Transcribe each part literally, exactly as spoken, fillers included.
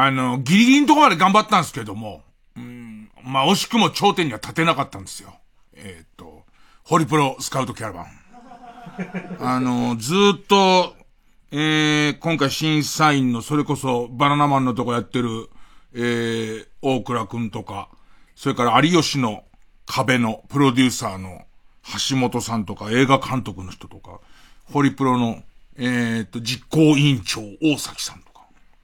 あの、ギリギリのところまで頑張ったんですけども、うん、まあ、惜しくも頂点には立てなかったんですよ。えー、っと、ホリプロスカウトキャラバン。あの、ずーっと、えー、今回審査員のそれこそバナナマンのとこやってる、えー、大倉くんとか、それから有吉の壁のプロデューサーの橋本さんとか、映画監督の人とか、ホリプロの、えー、っと、実行委員長大崎さんとか、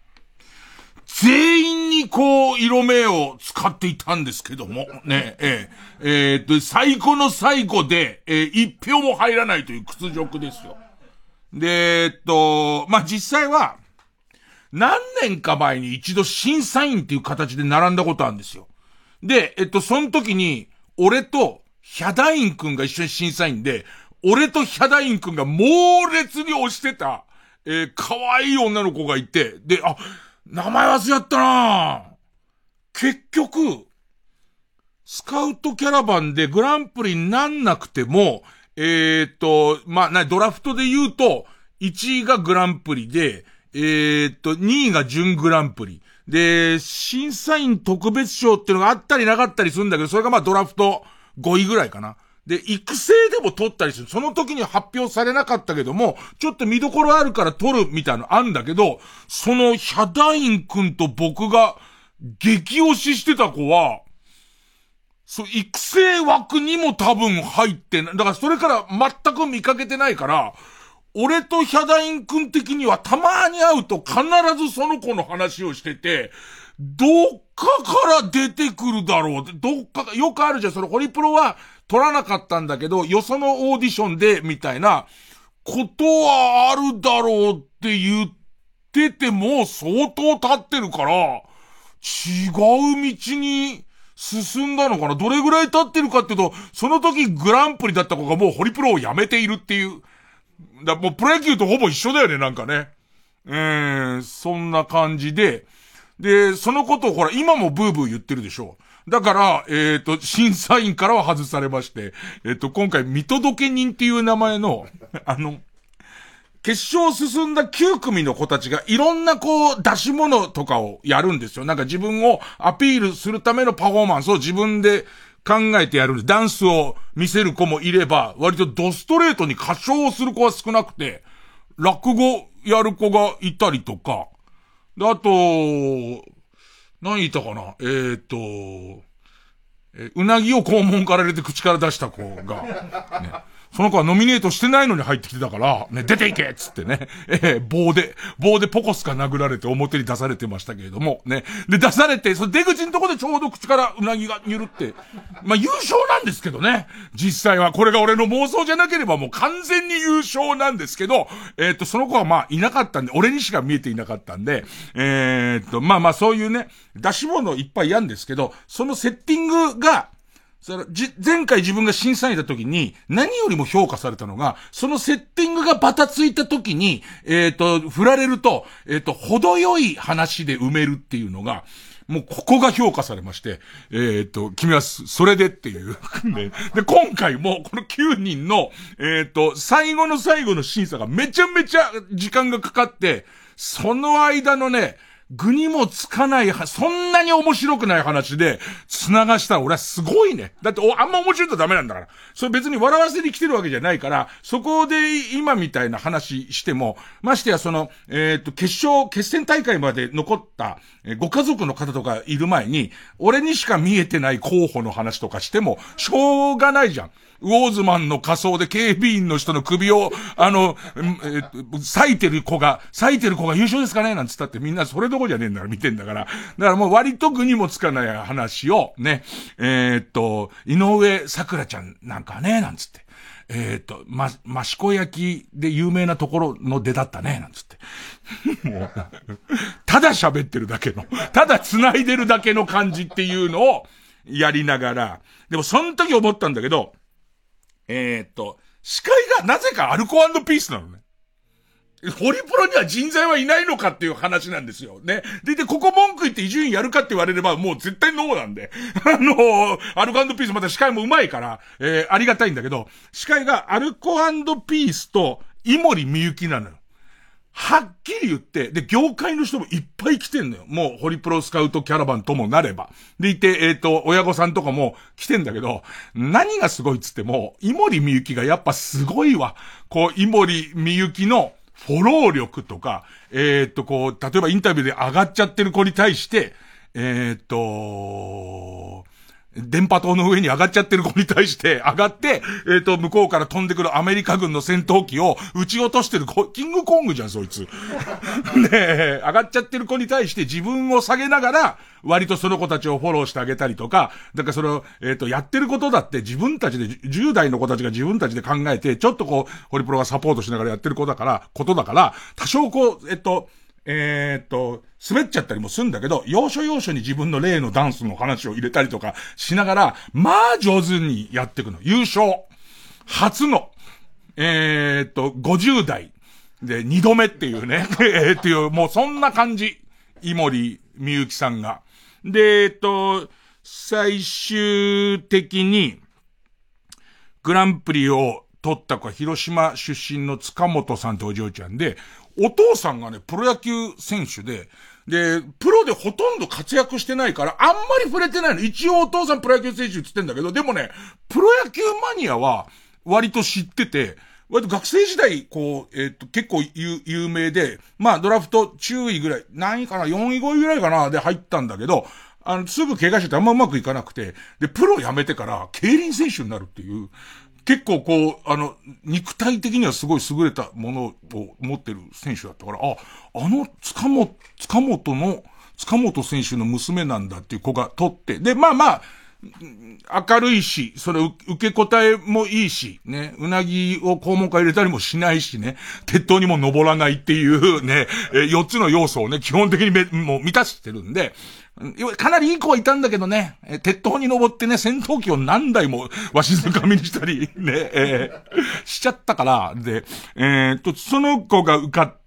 全員にこう、色目を使っていたんですけども、ね、えー、えー、っと、最後の最後で、えー、一票も入らないという屈辱ですよ。で、えっと、まあ、実際は、何年か前に一度審査員っていう形で並んだことあるんですよ。で、えっと、その時に、俺とヒャダインくんが一緒に審査員で、俺とヒャダインくんが猛烈に推してた、えー、可愛い女の子がいて、で、あ、名前忘れちゃったなぁ。結局、スカウトキャラバンでグランプリになんなくても、えーっと、まあ、な、ドラフトで言うと、いちいがグランプリで、えーっと、にいが準グランプリ。で、審査員特別賞っていうのがあったりなかったりするんだけど、それがまあドラフトごいぐらいかな。で、育成でも取ったりする。その時に発表されなかったけども、ちょっと見どころあるから取るみたいなのあるんだけど、そのヒャダイン君と僕が激推ししてた子は、そう、育成枠にも多分入ってない。だからそれから全く見かけてないから、俺とヒャダイン君的にはたまに会うと必ずその子の話をしてて、どっかから出てくるだろう。どっかか、よくあるじゃん。そのホリプロは取らなかったんだけど、よそのオーディションで、みたいなことはあるだろうって言ってても相当経ってるから、違う道に進んだのかな。どれぐらい経ってるかっていうと、その時グランプリだった子がもうホリプロを辞めているっていう。だもうプロ野球とほぼ一緒だよね、なんかね。えー、そんな感じで。で、そのことをほら、今もブーブー言ってるでしょ。だから、えっと、審査員からは外されまして、えっと、今回、見届け人っていう名前の、あの、決勝進んだきゅうくみの子たちがいろんなこう出し物とかをやるんですよ。なんか自分をアピールするためのパフォーマンスを自分で考えてやるんです。ダンスを見せる子もいれば、割とドストレートに歌唱をする子は少なくて、落語やる子がいたりとか、であと、何言ったかなえーっと、え、うなぎを肛門から入れて口から出した子が、ね。その子はノミネートしてないのに入ってきてたから、ね、出ていけっつってね、えー、棒で、棒でポコスか殴られて表に出されてましたけれども、ね。で、出されて、その出口のとこでちょうど口からうなぎがにゅるって、まあ、優勝なんですけどね。実際は、これが俺の妄想じゃなければもう完全に優勝なんですけど、えー、っと、その子はまあ、いなかったんで、俺にしか見えていなかったんで、えー、っと、まあまあ、そういうね、出し物いっぱいやんですけど、そのセッティングが、それじ前回自分が審査員だった時に何よりも評価されたのが、そのセッティングがバタついた時に、えっと、振られると、えっと、程よい話で埋めるっていうのが、もうここが評価されまして、えっと、君はそれでっていう。で、今回もこのきゅうにんの、えっと、最後の最後の審査がめちゃめちゃ時間がかかって、その間のね、具にもつかない、そんなに面白くない話で、繋がしたら俺はすごいね。だって、あんま面白いとダメなんだから。それ別に笑わせに来てるわけじゃないから、そこで今みたいな話しても、ましてやその、えっと、決勝、決戦大会まで残った、えー、ご家族の方とかいる前に、俺にしか見えてない候補の話とかしても、しょうがないじゃん。ウォーズマンの仮装で警備員の人の首を、あの、えー、裂いてる子が、裂いてる子が優勝ですかねなんつったってみんなそれどころじゃねえんだから見てんだから。だからもう割と具にもつかない話を、ね、えー、っと、井上桜ちゃんなんかね、なんつって。えー、っと、ま、益子焼きで有名なところの出だったね、なんつって。もう、ただ喋ってるだけの、ただ繋いでるだけの感じっていうのをやりながら、でもその時思ったんだけど、えー、っと、司会がなぜかアルコ&ピースなのね。ホリプロには人材はいないのかっていう話なんですよ。ね。で、で、ここ文句言って伊集院やるかって言われればもう絶対ノーなんで。あの、アルコ&ピースまた司会も上手いから、えー、ありがたいんだけど、司会がアルコ&ピースと井森美幸なのよ。 はっきり言って、で、業界の人もいっぱい来てんのよ。もう、ホリプロスカウトキャラバンともなれば。でいて、えっと、親御さんとかも来てんだけど、何がすごいっつっても、井森美幸がやっぱすごいわ。こう、井森美幸のフォロー力とか、えっと、こう、例えばインタビューで上がっちゃってる子に対して、えっと、電波塔の上に上がっちゃってる子に対して上がって、えっと、向こうから飛んでくるアメリカ軍の戦闘機を撃ち落としてる子、キングコングじゃん、そいつ。ねえ、上がっちゃってる子に対して自分を下げながら、割とその子たちをフォローしてあげたりとか、だからそれを、えっと、やってることだって自分たちで、じゅう代の子たちが自分たちで考えて、ちょっとこう、ホリプロがサポートしながらやってる子だから、ことだから、多少こう、えっと、えー、っと、滑っちゃったりもするんだけど、要所要所に自分の例のダンスの話を入れたりとかしながら、まあ上手にやっていくの。優勝。初の、えー、っと、ごじゅう代でにどめっていうね、えー、っていう、もうそんな感じ。井森美幸さんが。で、えー、っと、最終的に、グランプリを取った子は広島出身の塚本さんとお嬢ちゃんで、お父さんがね、プロ野球選手で、で、プロでほとんど活躍してないから、あんまり触れてないの。一応お父さんプロ野球選手って言ってんだけど、でもね、プロ野球マニアは割と知ってて、割と学生時代、こう、えっと、結構有、有名で、まあドラフト中位ぐらい、何位かな、よんいごいぐらいかな、で入ったんだけど、あの、すぐ怪我しててあんまうまくいかなくて、で、プロ辞めてから、競輪選手になるっていう、結構こう、あの、肉体的にはすごい優れたものを持ってる選手だったから、あ、あの塚本、塚本の、塚本選手の娘なんだっていう子が取って、で、まあまあ、明るいし、それ受け答えもいいし、ね、うなぎを肛門から入れたりもしないしね、鉄塔にも登らないっていうね、よっつの要素をね、基本的にめもう満たしてるんで、かなりいい子はいたんだけどね、鉄塔に登ってね、戦闘機を何台もわしづかみにしたり、ね、えー、しちゃったから、で、えー、っと、その子が受かって、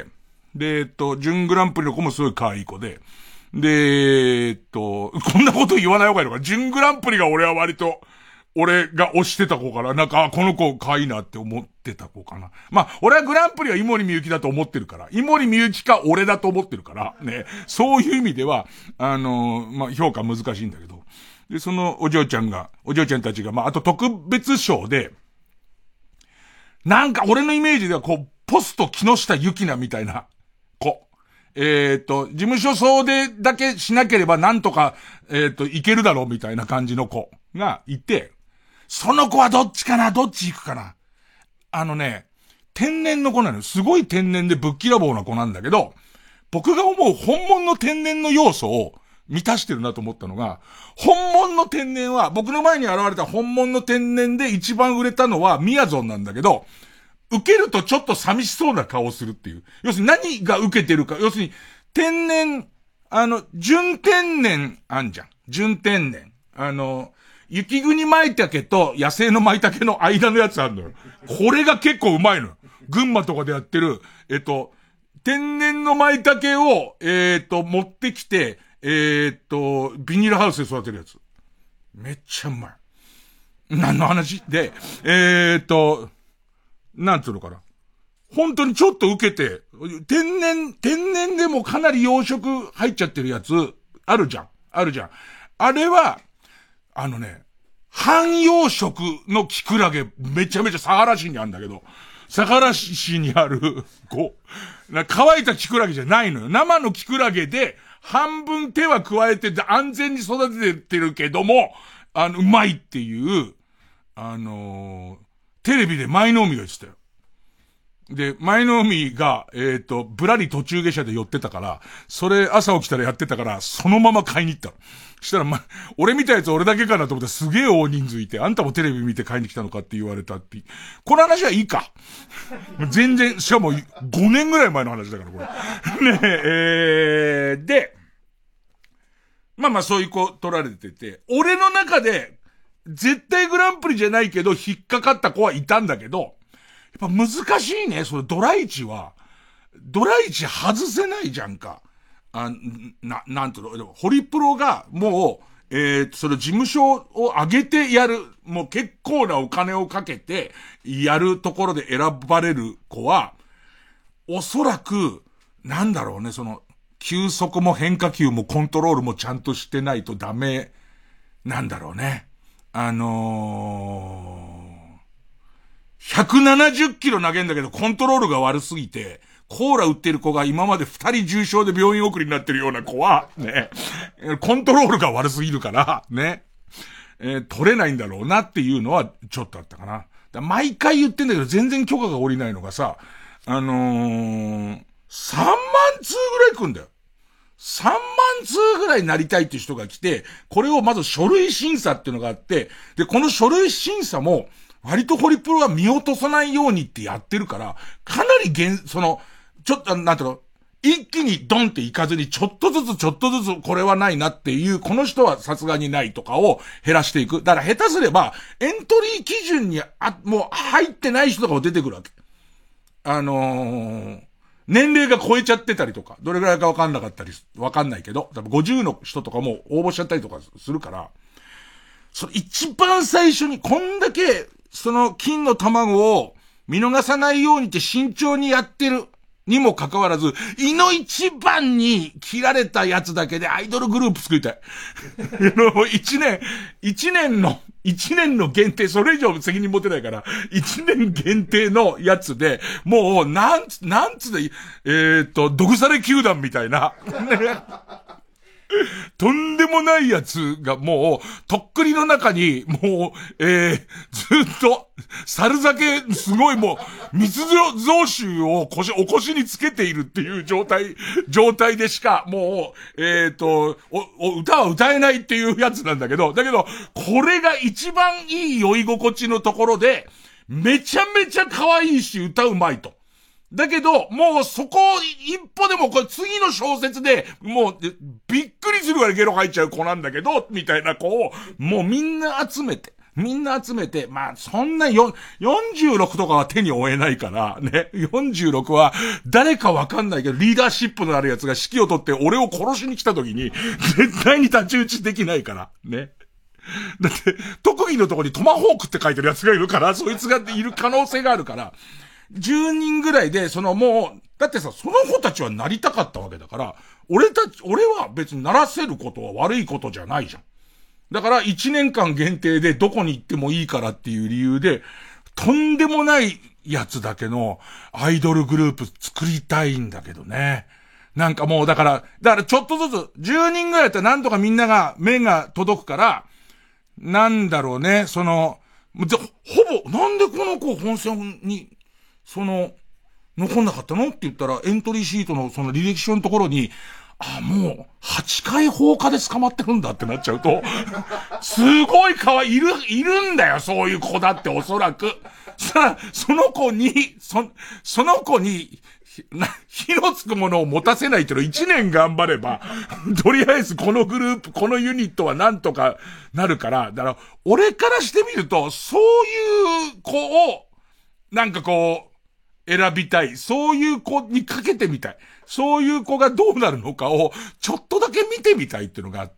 で、えっと、準グランプリの子もすごい可愛い子で、で、えっと、こんなこと言わない方がいいのか。準グランプリが俺は割と、俺が推してた子から、なんか、この子可愛いなって思ってた子かな。まあ、俺はグランプリは井森美幸だと思ってるから、井森美幸か俺だと思ってるから、ね。そういう意味では、あの、まあ、評価難しいんだけど。で、そのお嬢ちゃんが、お嬢ちゃんたちが、まあ、あと特別賞で、なんか俺のイメージではこう、ポスト木下ゆきなみたいな子。えっと、事務所総出だけしなければなんとか、えっと、いけるだろうみたいな感じの子がいて、その子はどっちかなどっち行くかなあのね、天然の子なのよ。すごい天然でぶっきらぼうな子なんだけど、僕が思う本物の天然の要素を満たしてるなと思ったのが、本物の天然は、僕の前に現れた本物の天然で一番売れたのはミヤゾンなんだけど、受けるとちょっと寂しそうな顔をするっていう。要するに何が受けてるか。要するに、天然、あの、純天然あんじゃん。純天然。あの、雪国舞茸と野生の舞茸の間のやつあるのよ。これが結構うまいのよ。群馬とかでやってる、えっと、天然の舞茸を、えっと、持ってきて、えっと、ビニールハウスで育てるやつ。めっちゃうまい。何の話で、えっと、なんつうのかな。本当にちょっと受けて、天然、天然でもかなり養殖入っちゃってるやつ、あるじゃん。あるじゃん。あれは、あのね、半養殖のキクラゲ、めちゃめちゃ佐原市にあるんだけど、佐原市にある、こう、乾いたキクラゲじゃないのよ。生のキクラゲで、半分手は加えて安全に育ててるけども、あの、うまいっていう、あのー、テレビで舞の海が言ってたよ。で、舞の海が、えっ、ー、と、ぶらり途中下車で寄ってたから、それ朝起きたらやってたから、そのまま買いに行ったの。したら、ま、俺見たやつ俺だけかなと思ったらすげえ大人数いて、あんたもテレビ見て買いに来たのかって言われたって。この話はいいか。全然、しかもごねんぐらい前の話だから、これ。ねえ、えー、で、まあまあそういう子取られてて、俺の中で、絶対グランプリじゃないけど、引っかかった子はいたんだけど、やっぱ難しいね。それドライチは、ドライチ外せないじゃんか。あ、な、なんていうの、ホリプロがもう、えー、その事務所を上げてやる、もう結構なお金をかけてやるところで選ばれる子は、 おそらく、なんだろうね、その、球速も変化球もコントロールもちゃんとしてないとダメ、なんだろうね。あのー、ひゃくななじゅっキロ投げんだけどコントロールが悪すぎて、コーラ売ってる子が今までふたり重傷で病院送りになってるような子は、ね、コントロールが悪すぎるから、ね、えー、取れないんだろうなっていうのはちょっとあったかな。だ毎回言ってんだけど全然許可が下りないのがさ、あのー、さんまん通ぐらい来んだよ。さんまん通ぐらいなりたいっていう人が来て、これをまず書類審査っていうのがあって、で、この書類審査も、割とホリプロが見落とさないようにってやってるから、かなり厳、その、ちょっと、なんていうの、一気にドンっていかずに、ちょっとずつちょっとずつこれはないなっていう、この人はさすがにないとかを減らしていく。だから下手すれば、エントリー基準にあ、もう入ってない人とかも出てくるわけ。あのー、年齢が超えちゃってたりとか、どれぐらいかわかんなかったり、わかんないけど、多分ごじゅうの人とかも応募しちゃったりとかするから、その一番最初にこんだけ、その金の卵を見逃さないようにって慎重にやってるにもかかわらず、いの一番に切られたやつだけでアイドルグループ作りたい。一年、一年の、一年の限定、それ以上責任持てないから、一年限定のやつで、もう、なんつ、なんつで、えーっと、毒され球団みたいな。とんでもないやつがもう、とっくりの中に、もう、えー、ずっと、猿酒、すごいもう、密造臭を腰、お腰につけているっていう状態、状態でしか、もう、えーと、お、お、歌は歌えないっていうやつなんだけど、だけど、これが一番いい酔い心地のところで、めちゃめちゃ可愛いし、歌うまいと。だけど、もうそこ一歩でもこれ次の小説で、もうびっくりするぐらいゲロ吐いちゃう子なんだけど、みたいな子を、もうみんな集めて、みんな集めて、まあそんなよん、よんじゅうろくとかは手に負えないから、ね、よんじゅうろくは誰かわかんないけど、リーダーシップのあるやつが指揮を取って俺を殺しに来た時に、絶対に太刀打ちできないから、ね。だって、特技のとこにトマホークって書いてるやつがいるから、そいつがいる可能性があるから、じゅうにんぐらいで、そのもう、だってさ、その子たちはなりたかったわけだから、俺たち、俺は別にならせることは悪いことじゃないじゃん。だからいちねんかん限定でどこに行ってもいいからっていう理由で、とんでもないやつだけのアイドルグループ作りたいんだけどね。なんかもうだから、だからちょっとずつ、じゅうにんぐらいだったらなんとかみんなが目が届くから、なんだろうね、その、ほぼ、なんでこの子本戦に、その、残んなかったのって言ったら、エントリーシートのその履歴書のところに、あ、もう、はちかい放火で捕まってるんだってなっちゃうと、すごい可愛い、いる、いるんだよ、そういう子だっておそらく。さあ、その子に、そ、その子に、な、火のつくものを持たせないけど一年頑張れば、とりあえずこのグループ、このユニットはなんとかなるから、だから、俺からしてみると、そういう子を、なんかこう、選びたい。そういう子にかけてみたい。そういう子がどうなるのかを、ちょっとだけ見てみたいっていうのがあって、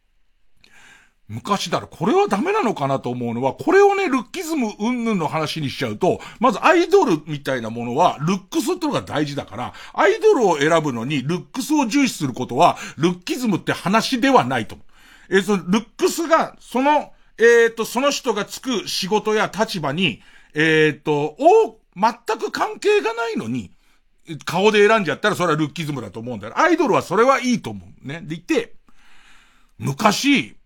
昔だらこれはダメなのかなと思うのは、これをね、ルッキズム云々の話にしちゃうと、まずアイドルみたいなものは、ルックスってのが大事だから、アイドルを選ぶのに、ルックスを重視することは、ルッキズムって話ではないと。えー、その、ルックスが、その、えっと、その人がつく仕事や立場に、えっと、を、全く関係がないのに、顔で選んじゃったらそれはルッキズムだと思うんだよ。アイドルはそれはいいと思う。ね。でいて、昔、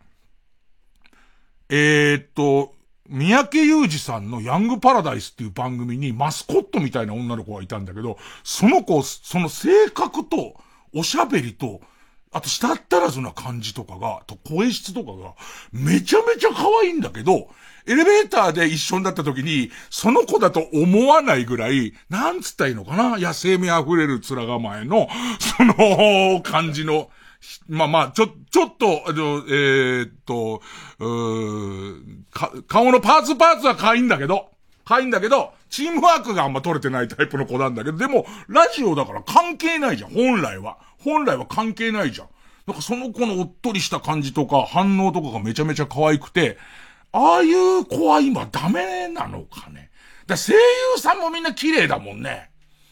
えー、っと、三宅裕二さんのヤングパラダイスっていう番組にマスコットみたいな女の子がいたんだけど、その子、その性格と、おしゃべりと、あと舌ったらずな感じとかが、と声質とかが、めちゃめちゃ可愛いんだけど、エレベーターで一緒になった時に、その子だと思わないぐらい、なんつったらいいのかな、野生味溢れる面構えの、その、感じの、まあまあ、ちょ、ちょっと、あの、えー、っと、うーか、顔のパーツパーツは可愛いんだけど、可愛いんだけど、チームワークがあんま取れてないタイプの子なんだけど、でも、ラジオだから関係ないじゃん、本来は。本来は関係ないじゃん。なんかその子のおっとりした感じとか、反応とかがめちゃめちゃ可愛くて、ああいう子は今ダメなのかね。だ声優さんもみんな綺麗だもんね。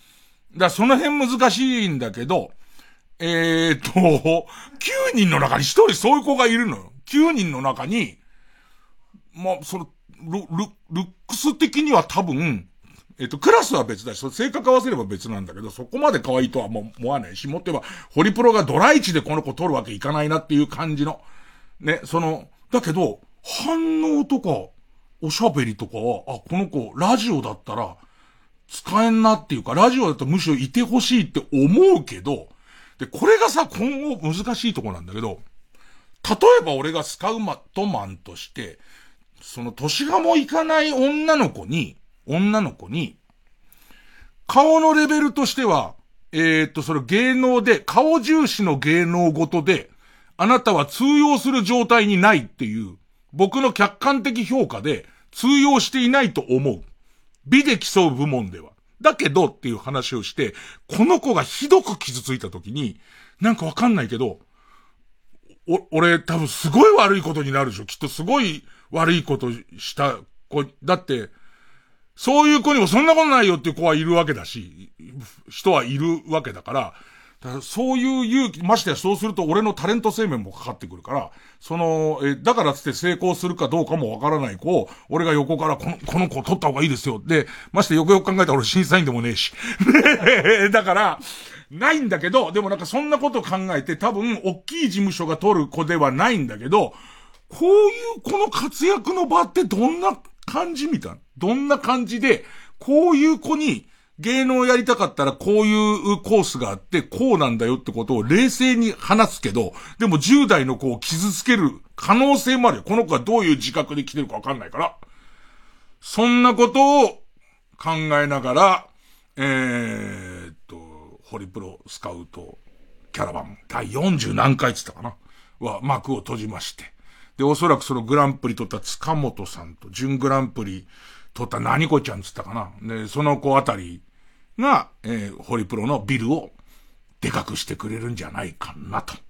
だその辺難しいんだけど、えーっと、きゅうにんの中にひとりそういう子がいるのよ。きゅうにんの中に、まあ、その、ル、ル、ルックス的には多分、えっと、クラスは別だし、性格合わせれば別なんだけど、そこまで可愛いとはもう思わないし、もっと言えば、ホリプロがドライチでこの子取るわけいかないなっていう感じの。ね、その、だけど、反応とか、おしゃべりとかは、あ、この子、ラジオだったら、使えんなっていうか、ラジオだとむしろいてほしいって思うけど、で、これがさ、今後難しいとこなんだけど、例えば俺がスカウトマンとして、その年がもいかない女の子に、女の子に、顔のレベルとしては、えー、っと、それ芸能で、顔重視の芸能ごとで、あなたは通用する状態にないっていう、僕の客観的評価で通用していないと思う。美で競う部門では。だけどっていう話をして、この子がひどく傷ついた時に、なんかわかんないけど、お、俺多分すごい悪いことになるでしょ。きっとすごい悪いことした子、だって、そういう子にもそんなことないよっていう子はいるわけだし、人はいるわけだから、だからそういう勇気、ましてやそうすると俺のタレント生命もかかってくるから、その、え、だからつって成功するかどうかもわからない子を、俺が横からこの、この子取った方がいいですよ。で、ましてよくよく考えたら俺審査員でもねえし。だから、ないんだけど、でもなんかそんなこと考えて多分、大きい事務所が取る子ではないんだけど、こういう子の活躍の場ってどんな感じみたいな。どんな感じで、こういう子に芸能やりたかったらこういうコースがあってこうなんだよってことを冷静に話すけど、でもじゅう代の子を傷つける可能性もあるよ。この子がどういう自覚で来てるかわかんないから。そんなことを考えながら、えーっと、ホリプロスカウトキャラバン第よんじゅう何回つったかなは幕を閉じまして。で、おそらくそのグランプリ取った塚本さんと準グランプリ取った何子ちゃんつったかな。で、その子あたりが、えー、ホリプロのビルをでかくしてくれるんじゃないかなと。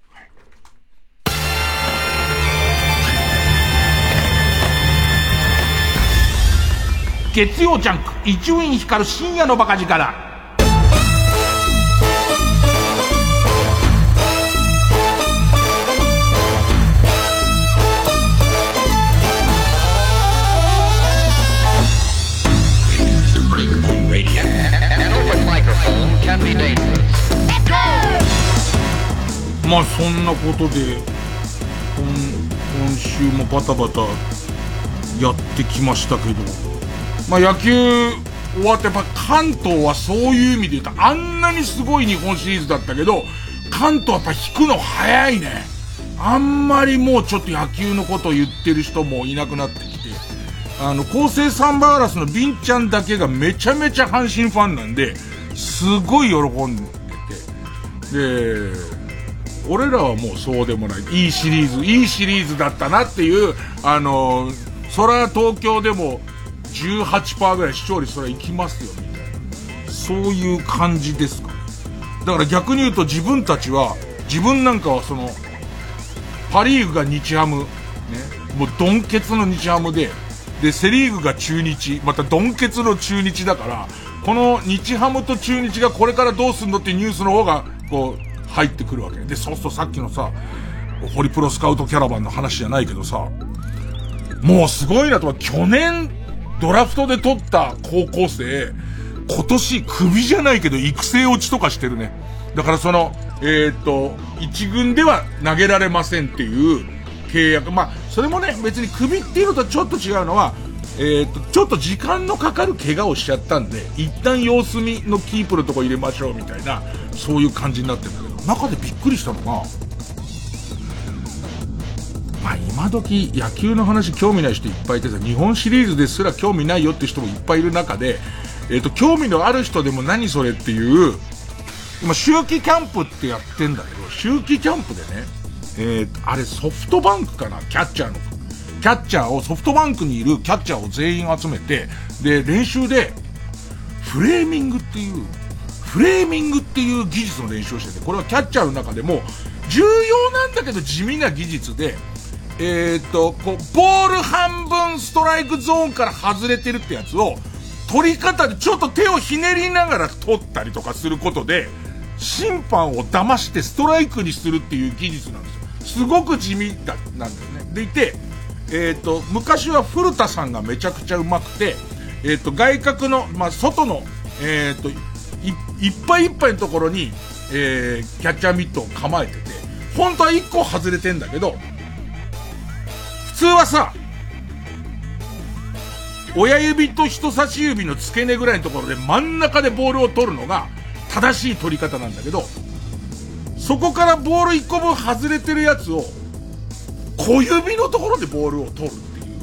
月曜ジャンク伊集院光る深夜のバカ力。まあそんなことで今, 今週もバタバタやってきましたけど、まあ野球終わってやっぱ関東はそういう意味で言うとあんなにすごい日本シリーズだったけど、関東はやっぱ引くの早いね。あんまりもうちょっと野球のことを言ってる人もいなくなってきて、あの高生サンバーラスのビンちゃんだけがめちゃめちゃ阪神ファンなんで、すごい喜んでて、で俺らはもうそうでもない。いいシリーズ、いいシリーズだったなっていう、あのー、そら東京でも じゅうはちパーセント ぐらい視聴率そら行きますよ、みたいな。そういう感じですか。だから逆に言うと自分たちは、自分なんかはその、パリーグが日ハム、ね、もうドンケツの日ハムで、で、セリーグが中日、またドンケツの中日だから、この日ハムと中日がこれからどうすんのっていうニュースの方が、こう、入ってくるわけで、そうするとさっきのさホリプロスカウトキャラバンの話じゃないけどさ、もうすごいなと。去年ドラフトで取った高校生今年首じゃないけど育成落ちとかしてるね。だからそのえー、っと一軍では投げられませんっていう契約、まあそれもね別に首っていうのとちょっと違うのは、えー、っとちょっと時間のかかる怪我をしちゃったんで一旦様子見のキープのとこ入れましょうみたいな、そういう感じになってるんだけど、中でびっくりしたのが、まあ今時野球の話興味ない人いっぱいいてさ、日本シリーズですら興味ないよって人もいっぱいいる中で、えっと興味のある人でも何それっていう、今秋季キャンプってやってんだけど、秋季キャンプでね、えー、あれソフトバンクかな、キャッチャーのキャッチャーをソフトバンクにいるキャッチャーを全員集めて、で練習でフレーミングっていうフレーミングっていう技術の練習をしてて、これはキャッチャーの中でも重要なんだけど地味な技術で、えーっとこうボール半分ストライクゾーンから外れてるってやつを取り方でちょっと手をひねりながら取ったりとかすることで、審判を騙してストライクにするっていう技術なんですよ。すごく地味だ、なんですね。でいて、えっと、昔は古田さんがめちゃくちゃ上手くて、えっと、外角の、まあ、外の、えっと、い、いっぱいいっぱいのところに、えー、キャッチャーミットを構えてて、本当はいっこ外れてんだけど、普通はさ、親指と人差し指の付け根ぐらいのところで真ん中でボールを取るのが正しい取り方なんだけど、そこからボールいっこぶん外れてるやつを小指のところでボールを取るっていう。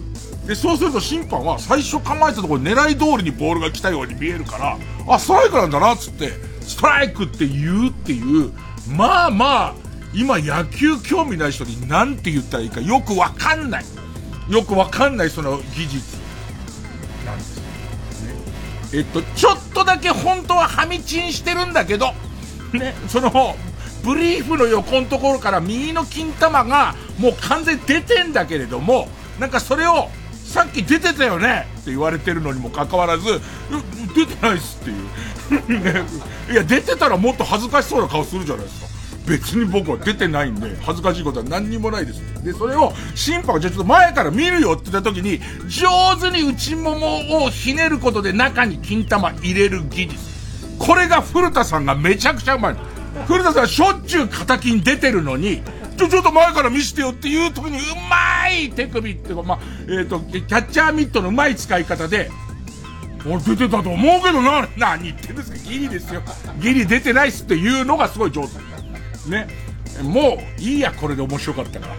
で、そうすると審判は最初構えたところに狙い通りにボールが来たように見えるから、あ、ストライクなんだなっつって、ストライクって言うっていう、まあまあ、今野球興味ない人に何て言ったらいいかよくわかんない。よくわかんないその技術なんですよね。えっと、ちょっとだけ本当ははみちんしてるんだけど、ね、その、ブリーフの横のところから右の金玉がもう完全に出てんだけれども、なんかそれをさっき出てたよねって言われてるのにもかかわらず、出てないっすっていう、ね、いや出てたらもっと恥ずかしそうな顔するじゃないですか。別に僕は出てないんで恥ずかしいことは何にもないです。でそれを審判がじゃあちょっと前から見るよって言った時に上手に内ももをひねることで中に金玉入れる技術、これが古田さんがめちゃくちゃうまい。古田さんはしょっちゅう肩金出てるのに、ちょ、ちょっと前から見せてよっていう時にうまい手首っていうか、まあ、えっと、キャッチャーミットのうまい使い方で、俺出てたと思うけどな、何言ってるんですか、ギリですよ。ギリ出てないっすっていうのがすごい上手。ね。もう、いいや、これで面白かったから。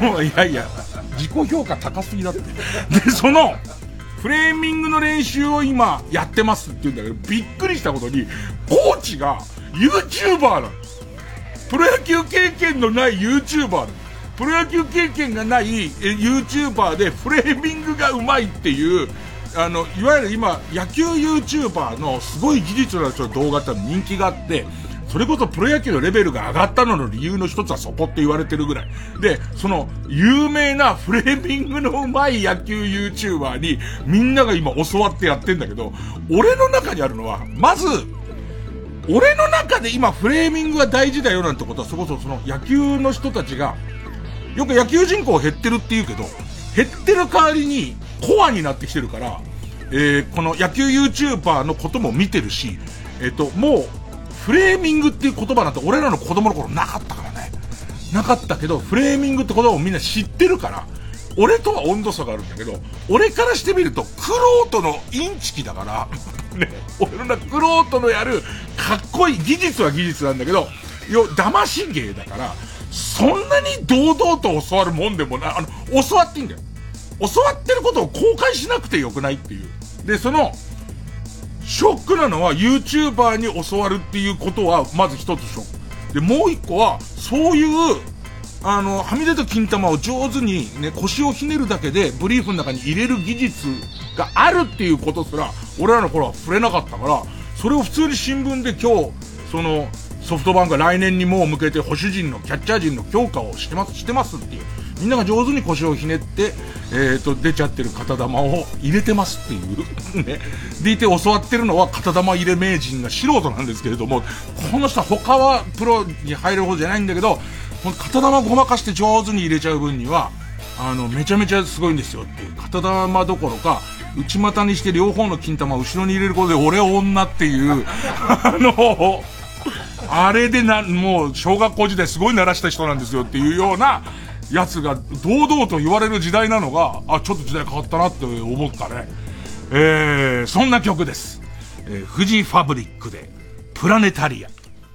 もういやいや、自己評価高すぎだって。で、その、フレーミングの練習を今やってますって言うんだけど、びっくりしたことに、コーチが YouTuber なの。プロ野球経験のない YouTuber なの。プロ野球経験がない YouTuber でフレーミングがうまいっていう、あの、いわゆる今、野球 YouTuber のすごい技術の動画って人気があって、それこそプロ野球のレベルが上がったのの理由の一つはそこって言われてるぐらい。で、その有名なフレーミングの上手い野球 YouTuber にみんなが今教わってやってんだけど、俺の中にあるのは、まず、俺の中で今フレーミングが大事だよなんてことはそこそその野球の人たちが、よく野球人口減ってるって言うけど、減ってる代わりにコアになってきてるから、えー、この野球 YouTuber のことも見てるし、えっと、もう、フレーミングっていう言葉なんて俺らの子供の頃なかったからね。なかったけど、フレーミングって言葉をみんな知ってるから、俺とは温度差があるんだけど、俺からしてみると、クロートのインチキだから、ね、俺のクロートのやる、かっこいい、技術は技術なんだけど、よ、騙し芸だから、そんなに堂々と教わるもんでもない、あの、教わっていいんだよ。教わってることを公開しなくてよくないっていう。で、その、ショックなのは YouTuber に教わるっていうことはまず一つショック。で、もう一個は、そういう、あの、はみ出た金玉を上手にね、腰をひねるだけでブリーフの中に入れる技術があるっていうことすら、俺らの頃は触れなかったから、それを普通に新聞で今日、その、ソフトバンクが来年にもう向けて保守陣の、キャッチャー陣の強化をしてます、してますっていう。みんなが上手に腰をひねって、えっと、出ちゃってる片玉を入れてますっていう。ね。でいて教わってるのは片玉入れ名人が素人なんですけれども、この人は他はプロに入る方じゃないんだけど、この片玉ごまかして上手に入れちゃう分には、あの、めちゃめちゃすごいんですよっていう。片玉どころか、内股にして両方の金玉を後ろに入れることで俺女っていう、あの、あれでな、もう小学校時代すごい鳴らした人なんですよっていうような、やつが堂々と言われる時代なのが、あ、ちょっと時代変わったなって思ったね。えー、そんな曲です。えー、フジファブリックで、プラネタリア。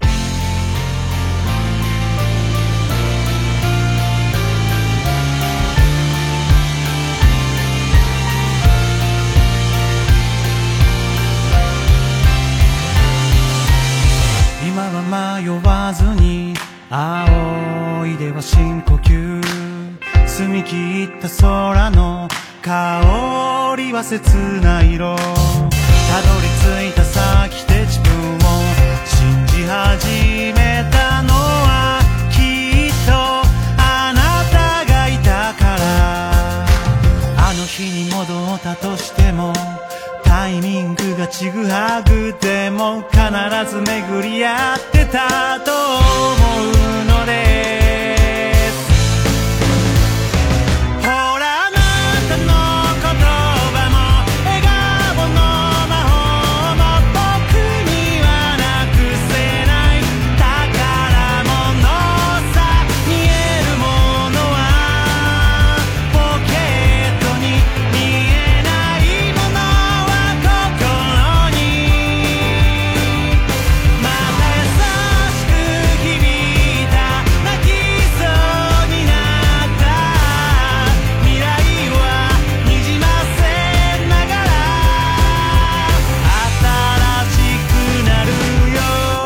今は迷わずに、仰いでは深呼吸、澄み切った空の香りは切な色、たどり着いた先で自分を信じ始めたのはきっとあなたがいたから。あの日に戻ったとしてもたタイミングがちぐはぐでも必ず巡り合ってたと思うのですほらあなたの言葉も笑顔の魔法も僕にはなくせない宝物さ見えるものはポケットに見えないものは心にまた優しく響いた泣きそうになった未来はにじませながら新しくなるよ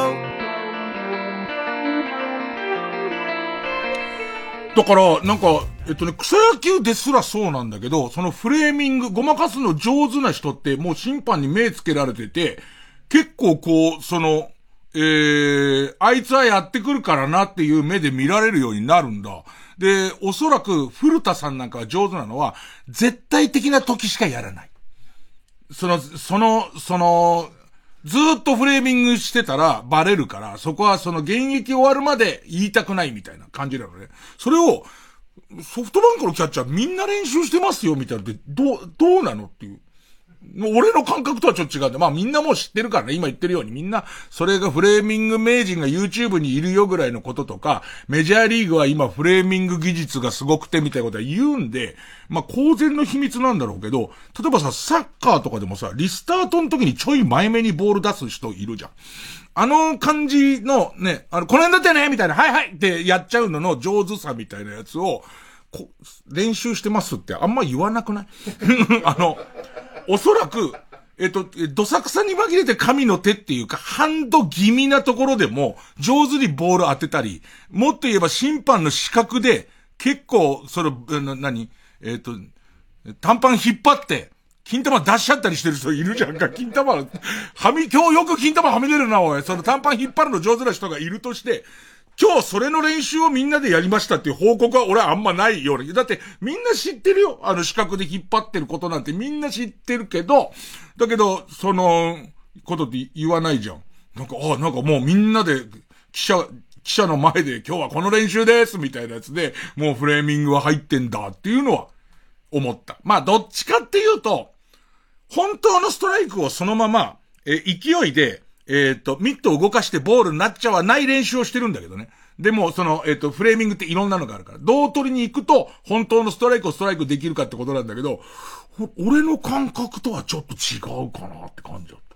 だから、なんか、えっとね、草野球ですらそうなんだけど、そのフレーミング、ごまかすの上手な人ってもう審判に目つけられてて、結構こう、その、えー、あいつはやってくるからなっていう目で見られるようになるんだ。で、おそらく古田さんなんかが上手なのは、絶対的な時しかやらない。その、その、その、ずーっとフレーミングしてたらバレるから、そこはその現役終わるまで言いたくないみたいな感じなのね。それを、ソフトバンクのキャッチャーみんな練習してますよみたいなって、どう、どうなのっていう。俺の感覚とはちょっと違うんで、まあみんなもう知ってるからね、今言ってるようにみんな、それがフレーミング名人が YouTube にいるよぐらいのこととか、メジャーリーグは今フレーミング技術がすごくてみたいなことは言うんで、まあ公然の秘密なんだろうけど、例えばさ、サッカーとかでもさ、リスタートの時にちょい前目にボール出す人いるじゃん。あの感じのね、あの、この辺だってねみたいな、はいはいってやっちゃうのの上手さみたいなやつを、こ練習してますってあんま言わなくないあの、おそらく、えっと、どさくさに紛れて神の手っていうか、ハンド気味なところでも、上手にボール当てたり、もっと言えば審判の視覚で、結構、それ、な、何えっと、短パン引っ張って、金玉出しちゃったりしてる人いるじゃんか、金玉、はみ、今日よく金玉はみ出るな、おい。その短パン引っ張るの上手な人がいるとして、今日それの練習をみんなでやりましたっていう報告は俺はあんまないよ。だってみんな知ってるよ。あの視覚で引っ張ってることなんてみんな知ってるけど、だけど、その、ことって言わないじゃん。なんか、あ、なんかもうみんなで記者、記者の前で今日はこの練習ですみたいなやつで、もうフレーミングは入ってんだっていうのは思った。まあどっちかっていうと、本当のストライクをそのまま、え、勢いで、えっと、ミットを動かしてボールになっちゃわない練習をしてるんだけどね。でも、その、えっと、フレーミングっていろんなのがあるから、どう取りに行くと、本当のストライクをストライクできるかってことなんだけど、俺の感覚とはちょっと違うかなって感じだった。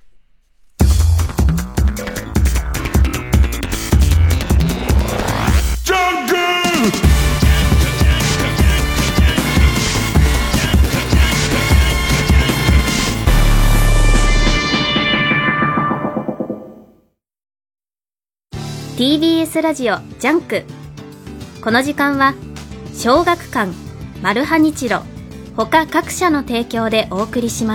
ジャンクーティービーエス ラジオジャンク。この時間は小学館、マルハニチロ他各社の提供でお送りします。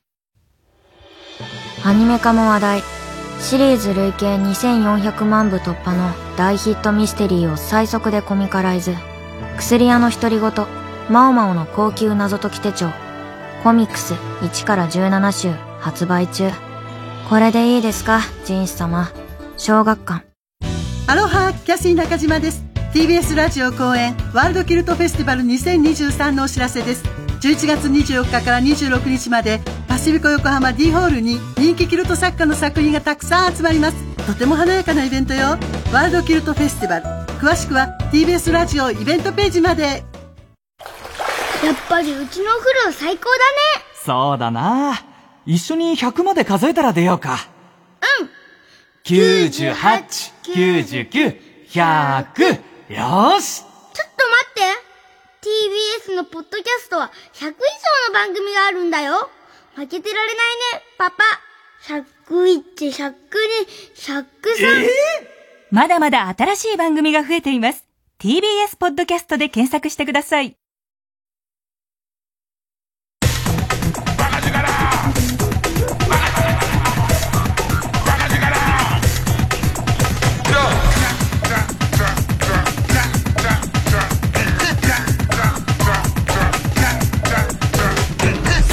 アニメ化も話題、シリーズ累計にせんよんひゃくまんぶ突破の大ヒットミステリーを最速でコミカライズ。薬屋の独り言、マオマオの高級謎解き手帳、コミックスいちからじゅうななしゅう発売中。これでいいですか、ジンス様。小学館。 アロハ、キャシー中島です。 ティービーエス ラジオ公演ワールドキルトフェスティバルにせんにじゅうさんのお知らせです。じゅういちがつにじゅうよっかからにじゅうろくにちまでパシフィコ横浜 D ホールに人気キルト作家の作品がたくさん集まります。とても華やかなイベントよ。ワールドキルトフェスティバル、詳しくは ティービーエス ラジオイベントページまで。 やっぱりうちのお風呂最高だね。 そうだな。一緒にひゃくまで数えたら出ようか。 うん。 きゅうじゅうはち、きゅうじゅうきゅう、ひゃく。よーし。 ちょっと待って。ティービーエス のポッドキャストはひゃく以上の番組があるんだよ。負けてられないね、パパ。ひゃくいち、ひゃくに、ひゃくさん。えー、 まだまだ新しい番組が増えています。ティービーエス ポッドキャストで検索してください。 月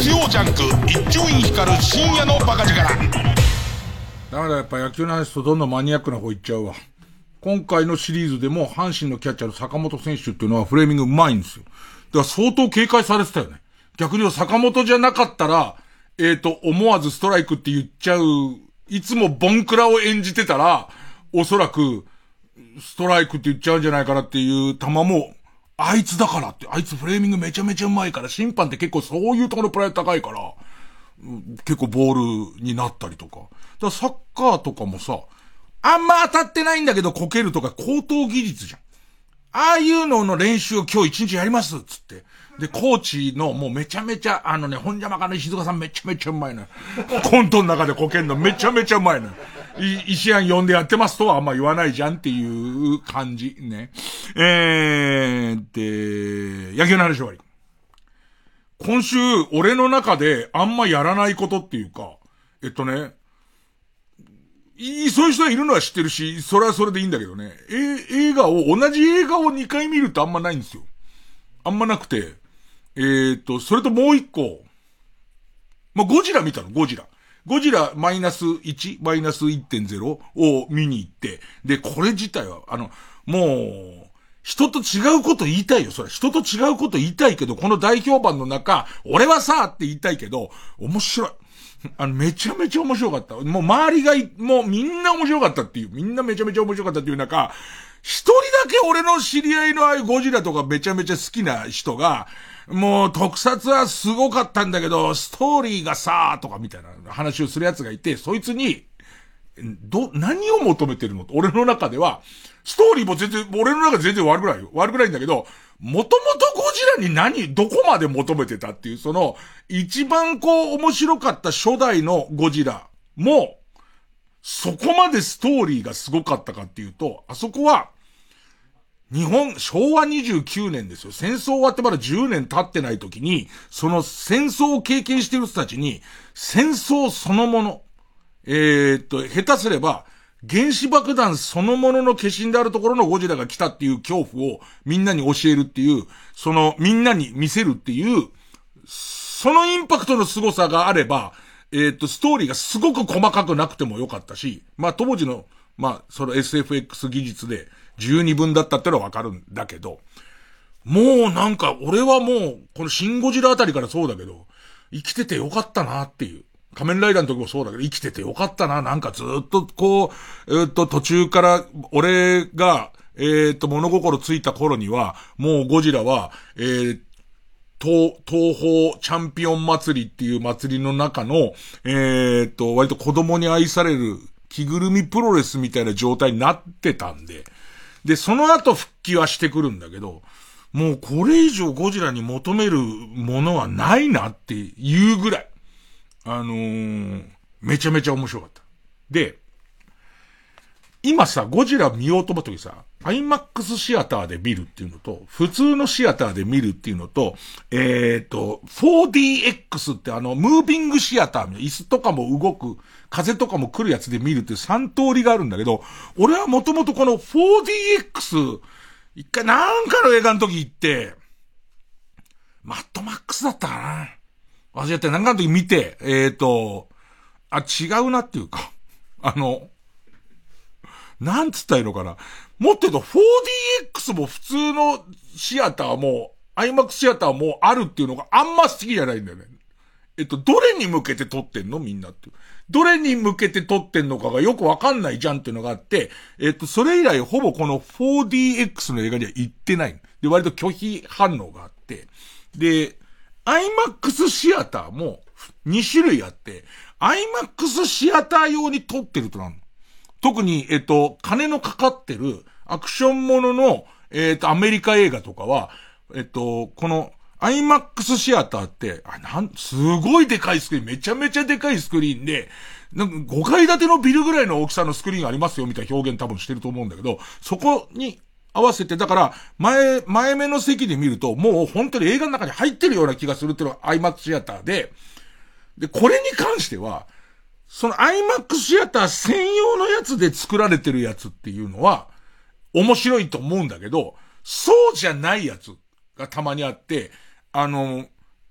月曜ジャンク一丁院光る深夜のバカ力。ダメだ、やっぱ野球の話とどんどんマニアックな方行っちゃうわ。今回のシリーズでも阪神のキャッチャーの坂本選手っていうのはフレーミングうまいんですよ。だから相当警戒されてたよね。逆に言うと坂本じゃなかったら、えっと、思わずストライクって言っちゃう、いつもボンクラを演じてたら、おそらく、ストライクって言っちゃうんじゃないかなっていう球も、あいつだからって、あいつフレーミングめちゃめちゃうまいから、審判って結構そういうところプライド高いから、結構ボールになったりとか。だからサッカーとかもさ、あんま当たってないんだけどこけるとか高等技術じゃん。ああいうのの練習を今日一日やりますっつって。で、コーチのもうめちゃめちゃ、あのね、本邪魔かの石塚さんめちゃめちゃうまいのよ。コントの中でこけんのめちゃめちゃうまいのよ。石庵呼んでやってますとはあんま言わないじゃんっていう感じね。えー、で、野球の話終わり。今週、俺の中であんまやらないことっていうか、えっとね、いい、そういう人がいるのは知ってるし、それはそれでいいんだけどね。え、映画を、同じ映画をにかい見るってあんまないんですよ。あんまなくて。えーっと、それともう一個。まあ、ゴジラ見たの、ゴジラ。ゴジラマイナスいち、マイナス いってんゼロ を見に行って。で、これ自体は、あの、もう、人と違うこと言いたいよ、それ。人と違うこと言いたいけど、この大評判の中、俺はさ、って言いたいけど、面白い。あの、めちゃめちゃ面白かった。もう周りがい、もうみんな面白かったっていう、みんなめちゃめちゃ面白かったっていう中、一人だけ俺の知り合いのああいうゴジラとかめちゃめちゃ好きな人が、もう特撮はすごかったんだけど、ストーリーがさ、とかみたいな話をする奴がいて、そいつに、ど、何を求めてるのと、俺の中では、ストーリーも全然、俺の中で全然悪くないよ。悪くないんだけど、もともとゴジラに何、どこまで求めてたっていう、その、一番こう面白かった初代のゴジラも、そこまでストーリーがすごかったかっていうと、あそこは、日本、しょうわにじゅうきゅうねんですよ。戦争終わってまだじゅうねん経ってない時に、その戦争を経験している人たちに、戦争そのもの、えー、っと、下手すれば、原子爆弾そのものの化身であるところのゴジラが来たっていう恐怖をみんなに教えるっていう、そのみんなに見せるっていう、そのインパクトの凄さがあれば、えー、っと、ストーリーがすごく細かくなくてもよかったし、まあ当時の、まあその エスエフエックス 技術で十二分だったってのはわかるんだけど、もうなんか俺はもうこのシンゴジラあたりからそうだけど、生きててよかったなっていう。仮面ライダーの時もそうだけど、生きててよかったな。なんかずっとこう、えっと、途中から、俺が、えっと、物心ついた頃には、もうゴジラは、えー、東、東方チャンピオン祭りっていう祭りの中の、えっと、割と子供に愛される着ぐるみプロレスみたいな状態になってたんで、で、その後復帰はしてくるんだけど、もうこれ以上ゴジラに求めるものはないなっていうぐらい。あのー、めちゃめちゃ面白かった。で、今さ、ゴジラ見ようと思った時さ、アイマックス シアターで見るっていうのと、普通のシアターで見るっていうのと、えっと、フォーディーエックス ってあの、ムービングシアター、椅子とかも動く、風とかも来るやつで見るっていうさん通りがあるんだけど、俺はもともとこの フォーディーエックス、一回なんかの映画の時行って、マッドマックスだったかな。忘れて、なんかの時見て、えっと、あ、違うなっていうか、あの、なんつったらいいのかな。もっと言うと フォーディーエックス も普通のシアターも、アイマックス シアターもあるっていうのがあんま好きじゃないんだよね。えっと、どれに向けて撮ってんのみんなって。どれに向けて撮ってんのかがよくわかんないじゃんっていうのがあって、えっと、それ以来ほぼこの フォーディーエックス の映画には行ってない。で、割と拒否反応があって。で、アイマックス シアターもに種類あって、アイマックス シアター用に撮ってるとなるの。特に、えっと、金のかかってるアクションものの、えっと、アメリカ映画とかは、えっと、この、アイマックス シアターって、あ、なん、すごいでかいスクリーン、めちゃめちゃでかいスクリーンで、なんかごかい建てのビルぐらいの大きさのスクリーンがありますよ、みたいな表現多分してると思うんだけど、そこに合わせて、だから、前、前目の席で見ると、もう本当に映画の中に入ってるような気がするっていうのがアイマックス シアターで、で、これに関しては、その アイマックス シアター専用のやつで作られてるやつっていうのは、面白いと思うんだけど、そうじゃないやつがたまにあって、あの、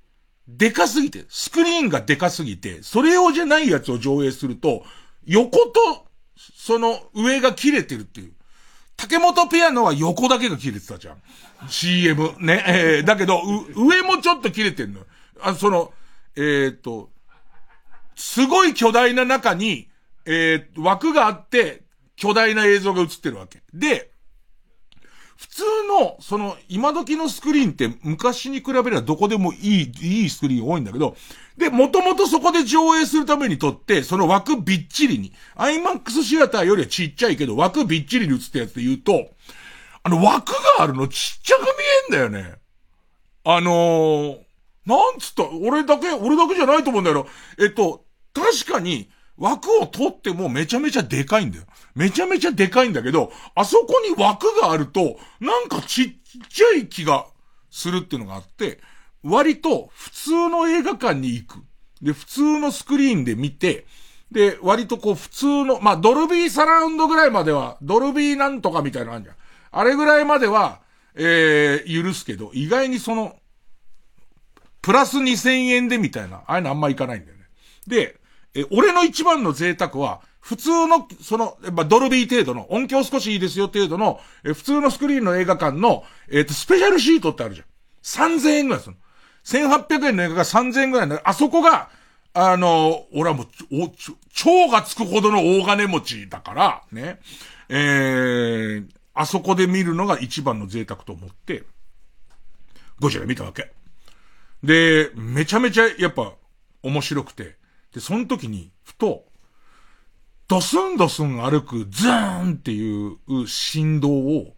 でかすぎて、スクリーンがでかすぎて、それ用じゃないやつを上映すると、横と、その上が切れてるっていう。竹本ピアノは横だけが切れてたじゃん。シーエム。ね。えー、だけど、上もちょっと切れてんの。あ、その、えー、っと、すごい巨大な中に、えー、枠があって、巨大な映像が映ってるわけ。で、普通の、その、今時のスクリーンって昔に比べればどこでもいい、いいスクリーン多いんだけど、で、もともとそこで上映するためにとって、その枠びっちりに、アイマックス シアターよりはちっちゃいけど、枠びっちりに映ったやつで言うと、あの枠があるのちっちゃく見えんだよね。あのー、なんつった、俺だけ、俺だけじゃないと思うんだよ。えっと、確かに、枠を取ってもめちゃめちゃでかいんだよ。めちゃめちゃでかいんだけど、あそこに枠があると、なんかちっちゃい気がするっていうのがあって、割と普通の映画館に行く。で、普通のスクリーンで見て、で、割とこう普通の、まあ、ドルビーサラウンドぐらいまでは、ドルビーなんとかみたいなのあるじゃん。あれぐらいまでは、えー、許すけど、意外にその、プラスにせんえんでみたいな、ああいうのあんまいかないんだよね。で、え、俺の一番の贅沢は、普通の、その、まあ、ドルビー程度の、音響少しいいですよ程度の、え、普通のスクリーンの映画館の、えっと、スペシャルシートってあるじゃん。さんぜんえんぐらいするの。せんはっぴゃくえんの映画がさんぜんえんぐらいの、あそこが、あの、俺はもう、お、超がつくほどの大金持ちだから、ね。えー、あそこで見るのが一番の贅沢と思って、ゴジラ見たわけ。で、めちゃめちゃやっぱ面白くて、で、その時に、ふと、ドスンドスン歩くズーンっていう振動を、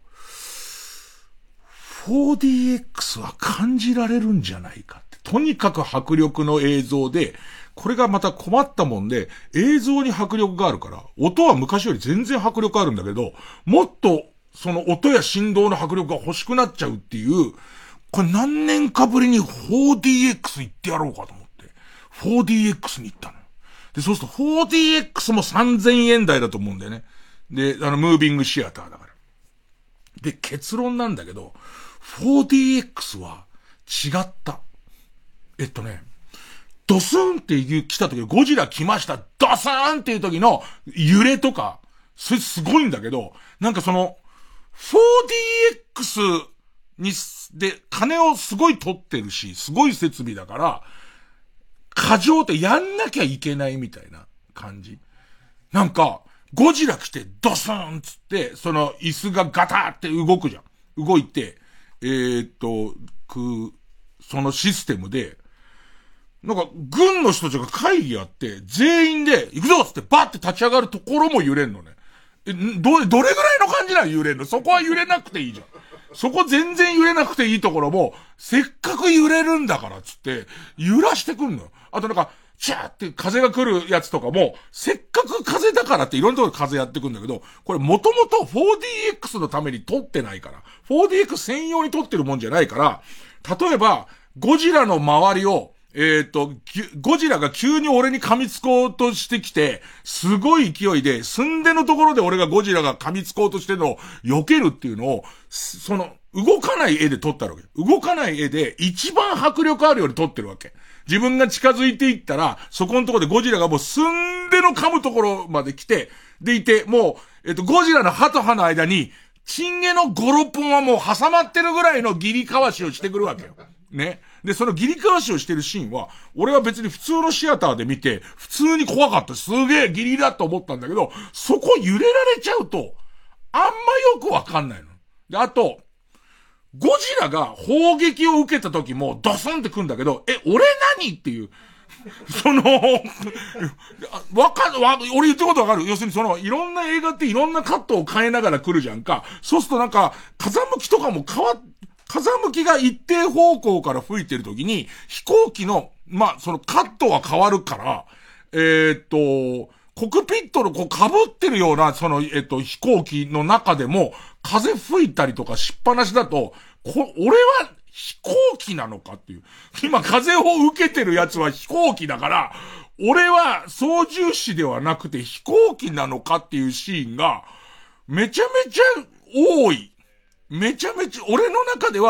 フォーディーエックス は感じられるんじゃないかって。とにかく迫力の映像で、これがまた困ったもんで、映像に迫力があるから、音は昔より全然迫力あるんだけど、もっとその音や振動の迫力が欲しくなっちゃうっていう、これ何年かぶりに フォーディーエックス 行ってやろうかと思って、フォーディーエックス に行ったの。で、そうすると フォーディーエックス もさんぜんえん台だと思うんだよね。で、あの、ムービングシアターだから。で、結論なんだけど、フォーディーエックス は違った。えっとね、ドスンって来た時、ゴジラ来ました、ドスーンっていう時の揺れとか、それすごいんだけど、なんかその、フォーディーエックス に、で、金をすごい取ってるし、すごい設備だから、過剰ってやんなきゃいけないみたいな感じ。なんか、ゴジラ来てドスンつって、その椅子がガターって動くじゃん。動いて、えー、っと、く、そのシステムで、なんか、軍の人たちが会議やって、全員で、行くぞっつってバーって立ち上がるところも揺れんのね。え、どれ、どれぐらいの感じなの揺れんの？そこは揺れなくていいじゃん。そこ全然揺れなくていいところも、せっかく揺れるんだからっつって、揺らしてくんのよ。あとなんか、チャーって風が来るやつとかも、せっかく風だからっていろんなところで風やってくんだけど、これもともと フォーディーエックス のために撮ってないから、フォーディーエックス 専用に撮ってるもんじゃないから、例えば、ゴジラの周りを、えっと、ゴジラが急に俺に噛みつこうとしてきて、すごい勢いで、寸出のところで俺がゴジラが噛みつこうとしてるのを避けるっていうのを、その、動かない絵で撮ったわけ。動かない絵で一番迫力あるように撮ってるわけ。自分が近づいていったら、そこのところでゴジラがもう寸出の噛むところまで来て、でいて、もう、えっと、ゴジラの歯と歯の間に、チンゲのご、ろっぽんはもう挟まってるぐらいのギリかわしをしてくるわけよ。ね。で、そのギリかわしをしてるシーンは、俺は別に普通のシアターで見て、普通に怖かった。すげえギリだと思ったんだけど、そこ揺れられちゃうと、あんまよくわかんないの。で、あと、ゴジラが砲撃を受けた時もドスンってくんだけど、え、俺何っていう。その、わかる、わ、俺言ってることわかる。要するにその、いろんな映画っていろんなカットを変えながら来るじゃんか。そうするとなんか、風向きとかも変わっ、風向きが一定方向から吹いてるときに、飛行機の、まあ、そのカットは変わるから、えー、っと、コクピットのこう被ってるような、その、えっと、飛行機の中でも、風吹いたりとかしっぱなしだと、こ、俺は飛行機なのかっていう。今風を受けてるやつは飛行機だから、俺は操縦士ではなくて飛行機なのかっていうシーンが、めちゃめちゃ多い。めちゃめちゃ、俺の中では、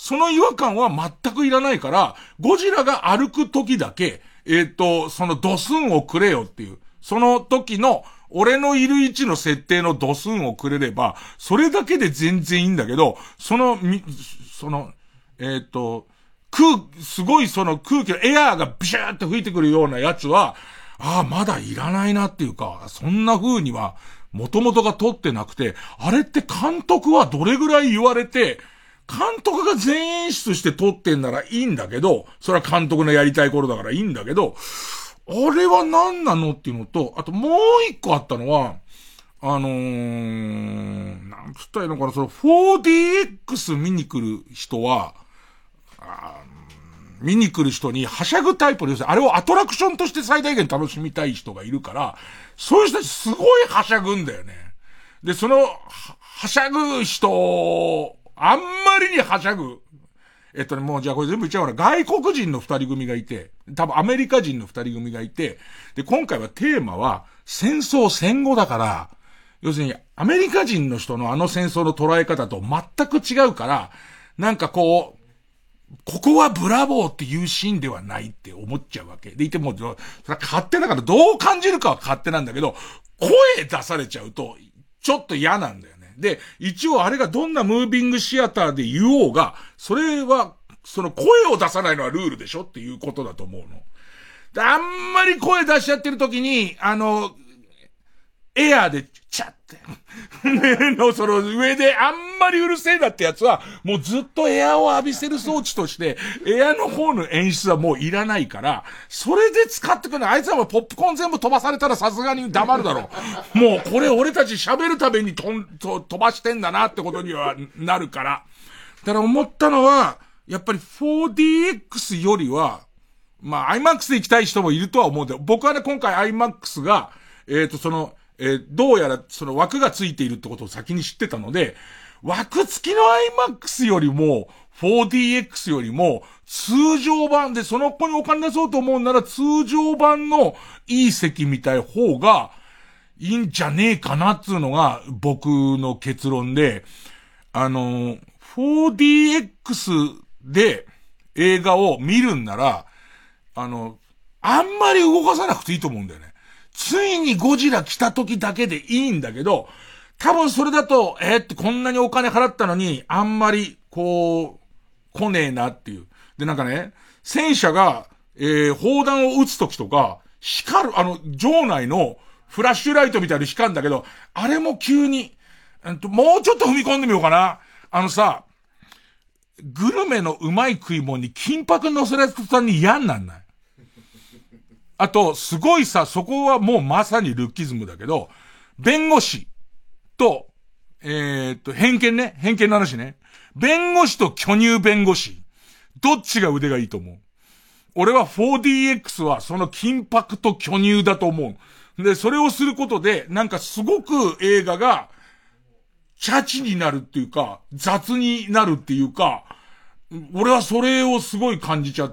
その違和感は全くいらないから、ゴジラが歩く時だけ、えっと、そのドスンをくれよっていう、その時の、俺のいる位置の設定のドスンをくれれば、それだけで全然いいんだけど、その、み、その、えっと、空、すごいその空気のエアーがビシャーって吹いてくるようなやつは、ああ、まだいらないなっていうか、そんな風には、元々が撮ってなくて、あれって監督はどれぐらい言われて、監督が全演出して撮ってんならいいんだけど、それは監督のやりたい頃だからいいんだけど、あれは何なのっていうのと、あともう一個あったのは、あのー、なんつったらいいのかな、その フォーディーエックス 見に来る人は、あ見に来る人にはしゃぐタイプです。あれをアトラクションとして最大限楽しみたい人がいるから、そういう人たちすごいはしゃぐんだよね。で、その、は、はしゃぐ人、あんまりにはしゃぐ。えっとね、もうじゃあこれ全部言っちゃうから、外国人の二人組がいて、多分アメリカ人の二人組がいて、で、今回はテーマは、戦争戦後だから、要するに、アメリカ人の人のあの戦争の捉え方と全く違うから、なんかこう、ここはブラボーっていうシーンではないって思っちゃうわけ。でいても、それは勝手だからどう感じるかは勝手なんだけど、声出されちゃうと、ちょっと嫌なんだよね。で、一応あれがどんなムービングシアターで言おうが、それは、その声を出さないのはルールでしょっていうことだと思うの。で、あんまり声出しちゃってる時に、あの、エアーで、チャッて。の、その上であんまりうるせえだってやつは、もうずっとエアを浴びせる装置として、エアの方の演出はもういらないから、それで使ってくるの。あいつはもうポップコーン全部飛ばされたらさすがに黙るだろう。もうこれ俺たち喋るためにとんと飛ばしてんだなってことにはなるから。だから思ったのは、やっぱり フォーディーエックス よりは、まあ アイマックス で行きたい人もいるとは思うんだよ。僕はね、今回 アイマックス が、えっと、その、えー、どうやらその枠がついているってことを先に知ってたので、枠付きの アイマックス よりも フォーディーエックス よりも通常版でその子にお金出そうと思うなら通常版のいい席みたい方がいいんじゃねえかなっていうのが僕の結論で、あの フォーディーエックス で映画を見るんならあのあんまり動かさなくていいと思うんだよね。ついにゴジラ来た時だけでいいんだけど、多分それだと、えー、ってこんなにお金払ったのに、あんまり、こう、来ねえなっていう。で、なんかね、戦車が、えー、砲弾を撃つ時とか、光る、あの、場内のフラッシュライトみたいに光るんだけど、あれも急に、えっと、もうちょっと踏み込んでみようかな。あのさ、グルメのうまい食い物に金箔乗せられた途端に嫌になんない。あと、すごいさ、そこはもうまさにルッキズムだけど、弁護士と、えー、っと、偏見ね。偏見の話ね。弁護士と巨乳弁護士。どっちが腕がいいと思う？俺は フォーディーエックス はその金箔と巨乳だと思う。で、それをすることで、なんかすごく映画が、チャチになるっていうか、雑になるっていうか、俺はそれをすごい感じちゃって、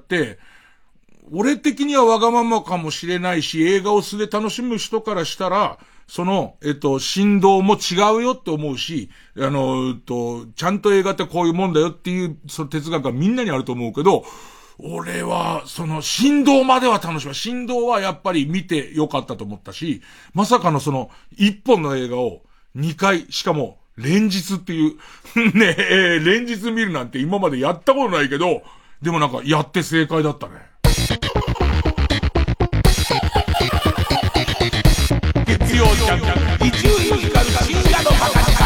俺的にはわがままかもしれないし、映画を素で楽しむ人からしたら、その、えっと、振動も違うよって思うし、あの、えっと、ちゃんと映画ってこういうもんだよっていう、その哲学がみんなにあると思うけど、俺は、その、振動までは楽しみ。振動はやっぱり見てよかったと思ったし、まさかのその、一本の映画を二回、しかも、連日っていう、ねえ、連日見るなんて今までやったことないけど、でもなんか、やって正解だったね。月曜ジャンク伊集院光深夜のバカ力。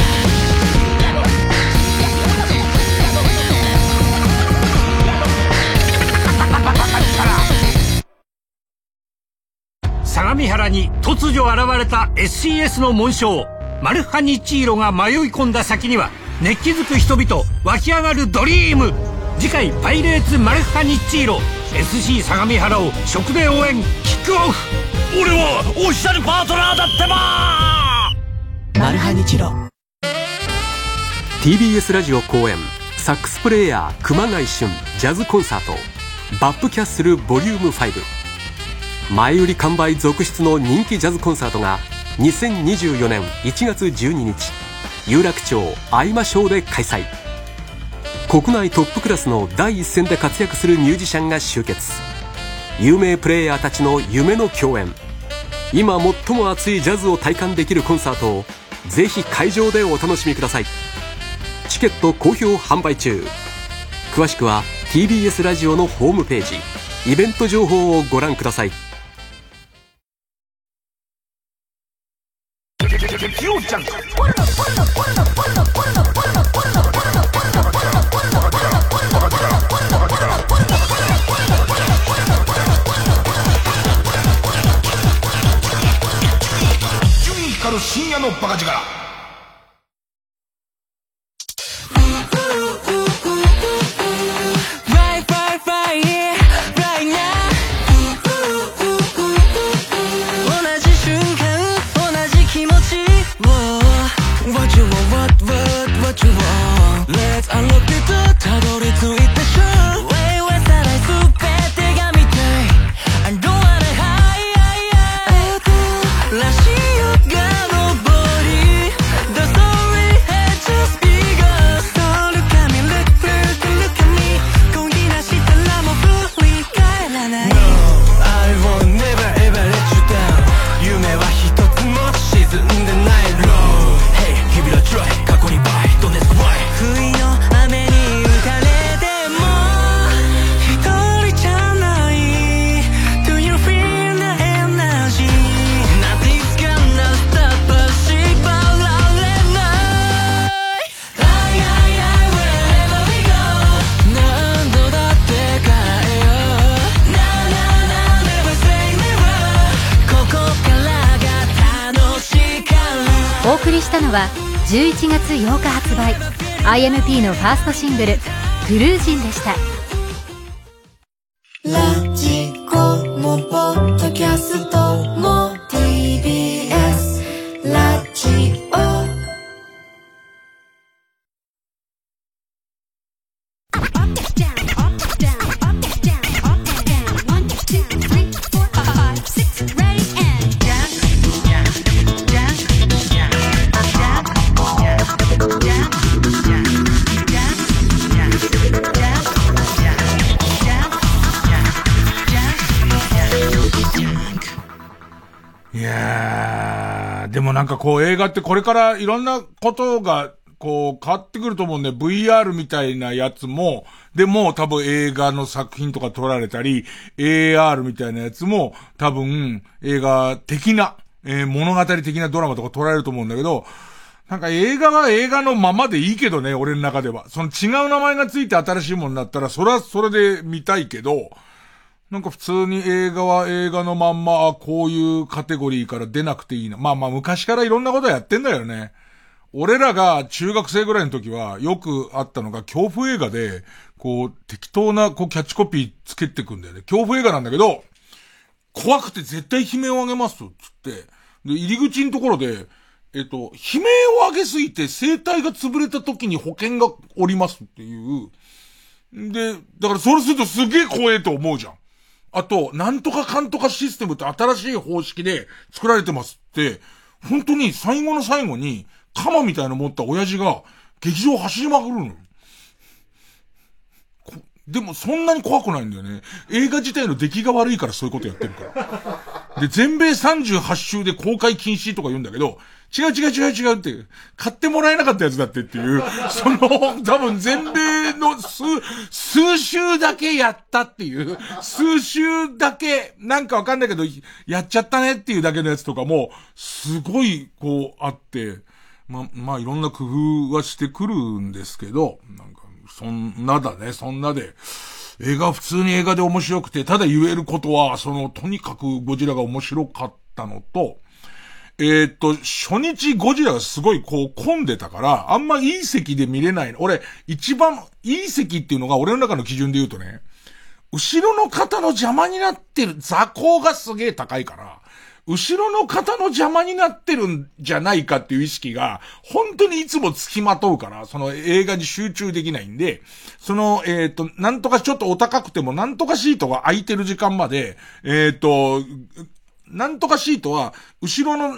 相模原に突如現れた エスシーエス の紋章マルハニチーロが迷い込んだ先には熱気づく人々湧き上がるドリーム。次回パイレーツマルハニチーロ エスシー 相模原を食で応援キックオフ。俺はオフィシャルパートナーだってばー。 マルハニチロティービーエス ラジオ公演サックスプレイヤー熊谷俊ジャズコンサートバップキャッスルボリュームファイブ。前売り完売続出の人気ジャズコンサートがにせんにじゅうよねんいちがつじゅうににち有楽町アイマショーで開催。 国内トップクラスの第一線で活躍するミュージシャンが集結。有名プレイヤーたちの夢の共演。今最も熱いジャズを体感できるコンサートをぜひ会場でお楽しみください。チケット好評販売中。詳しくは ティービーエス ラジオのホームページ、イベント情報をご覧ください。 深夜のバカ力。 お送りしたのはじゅういちがつようか発売 アイエムピー のファーストシングル「グルージン」でした。 ラジコもポッドキャストも ティービーエス ラジオいやー、でもなんかこう映画ってこれからいろんなことがこう変わってくると思うんで、ブイアール みたいなやつも、でも多分映画の作品とか撮られたり、エーアール みたいなやつも多分映画的な、えー、物語的なドラマとか撮られると思うんだけど、なんか映画は映画のままでいいけどね、俺の中では。その違う名前がついて新しいものになったら、それはそれで見たいけど、なんか普通に映画は映画のまんま、こういうカテゴリーから出なくていいな。まあまあ昔からいろんなことやってんだよね。俺らが中学生ぐらいの時はよくあったのが恐怖映画で、こう適当なこうキャッチコピーつけてくんだよね。恐怖映画なんだけど、怖くて絶対悲鳴を上げますっつって、で、入り口のところで、えっと、悲鳴を上げすぎて声帯が潰れた時に保険がおりますっていう。で、だからそれするとすげえ怖えと思うじゃん。あと、なんとかかんとかシステムって新しい方式で作られてますって、本当に最後の最後に、鎌みたいなの持った親父が劇場を走りまくるのよ。でもそんなに怖くないんだよね。映画自体の出来が悪いからそういうことやってるから。で、全米さんじゅうはち州で公開禁止とか言うんだけど、違う違う違う違うって、買ってもらえなかったやつだってっていう、その、多分全米の数、数週だけやったっていう、数週だけ、なんかわかんないけど、やっちゃったねっていうだけのやつとかも、すごい、こう、あって、ま、まあ、いろんな工夫はしてくるんですけど、なんか、そんなだね、そんなで、映画普通に映画で面白くて、ただ言えることは、その、とにかくゴジラが面白かったのと、えー、っと、初日ゴジラがすごいこう混んでたから、あんまいい席で見れないの。俺、一番いい席っていうのが俺の中の基準で言うとね、後ろの方の邪魔になってる座高がすげえ高いから、後ろの方の邪魔になってるんじゃないかっていう意識が、本当にいつも付きまとうから、その映画に集中できないんで、その、えー、っと、なんとかちょっとお高くても、なんとかシートが空いてる時間まで、えー、っと、なんとかシートは、後ろの、なん、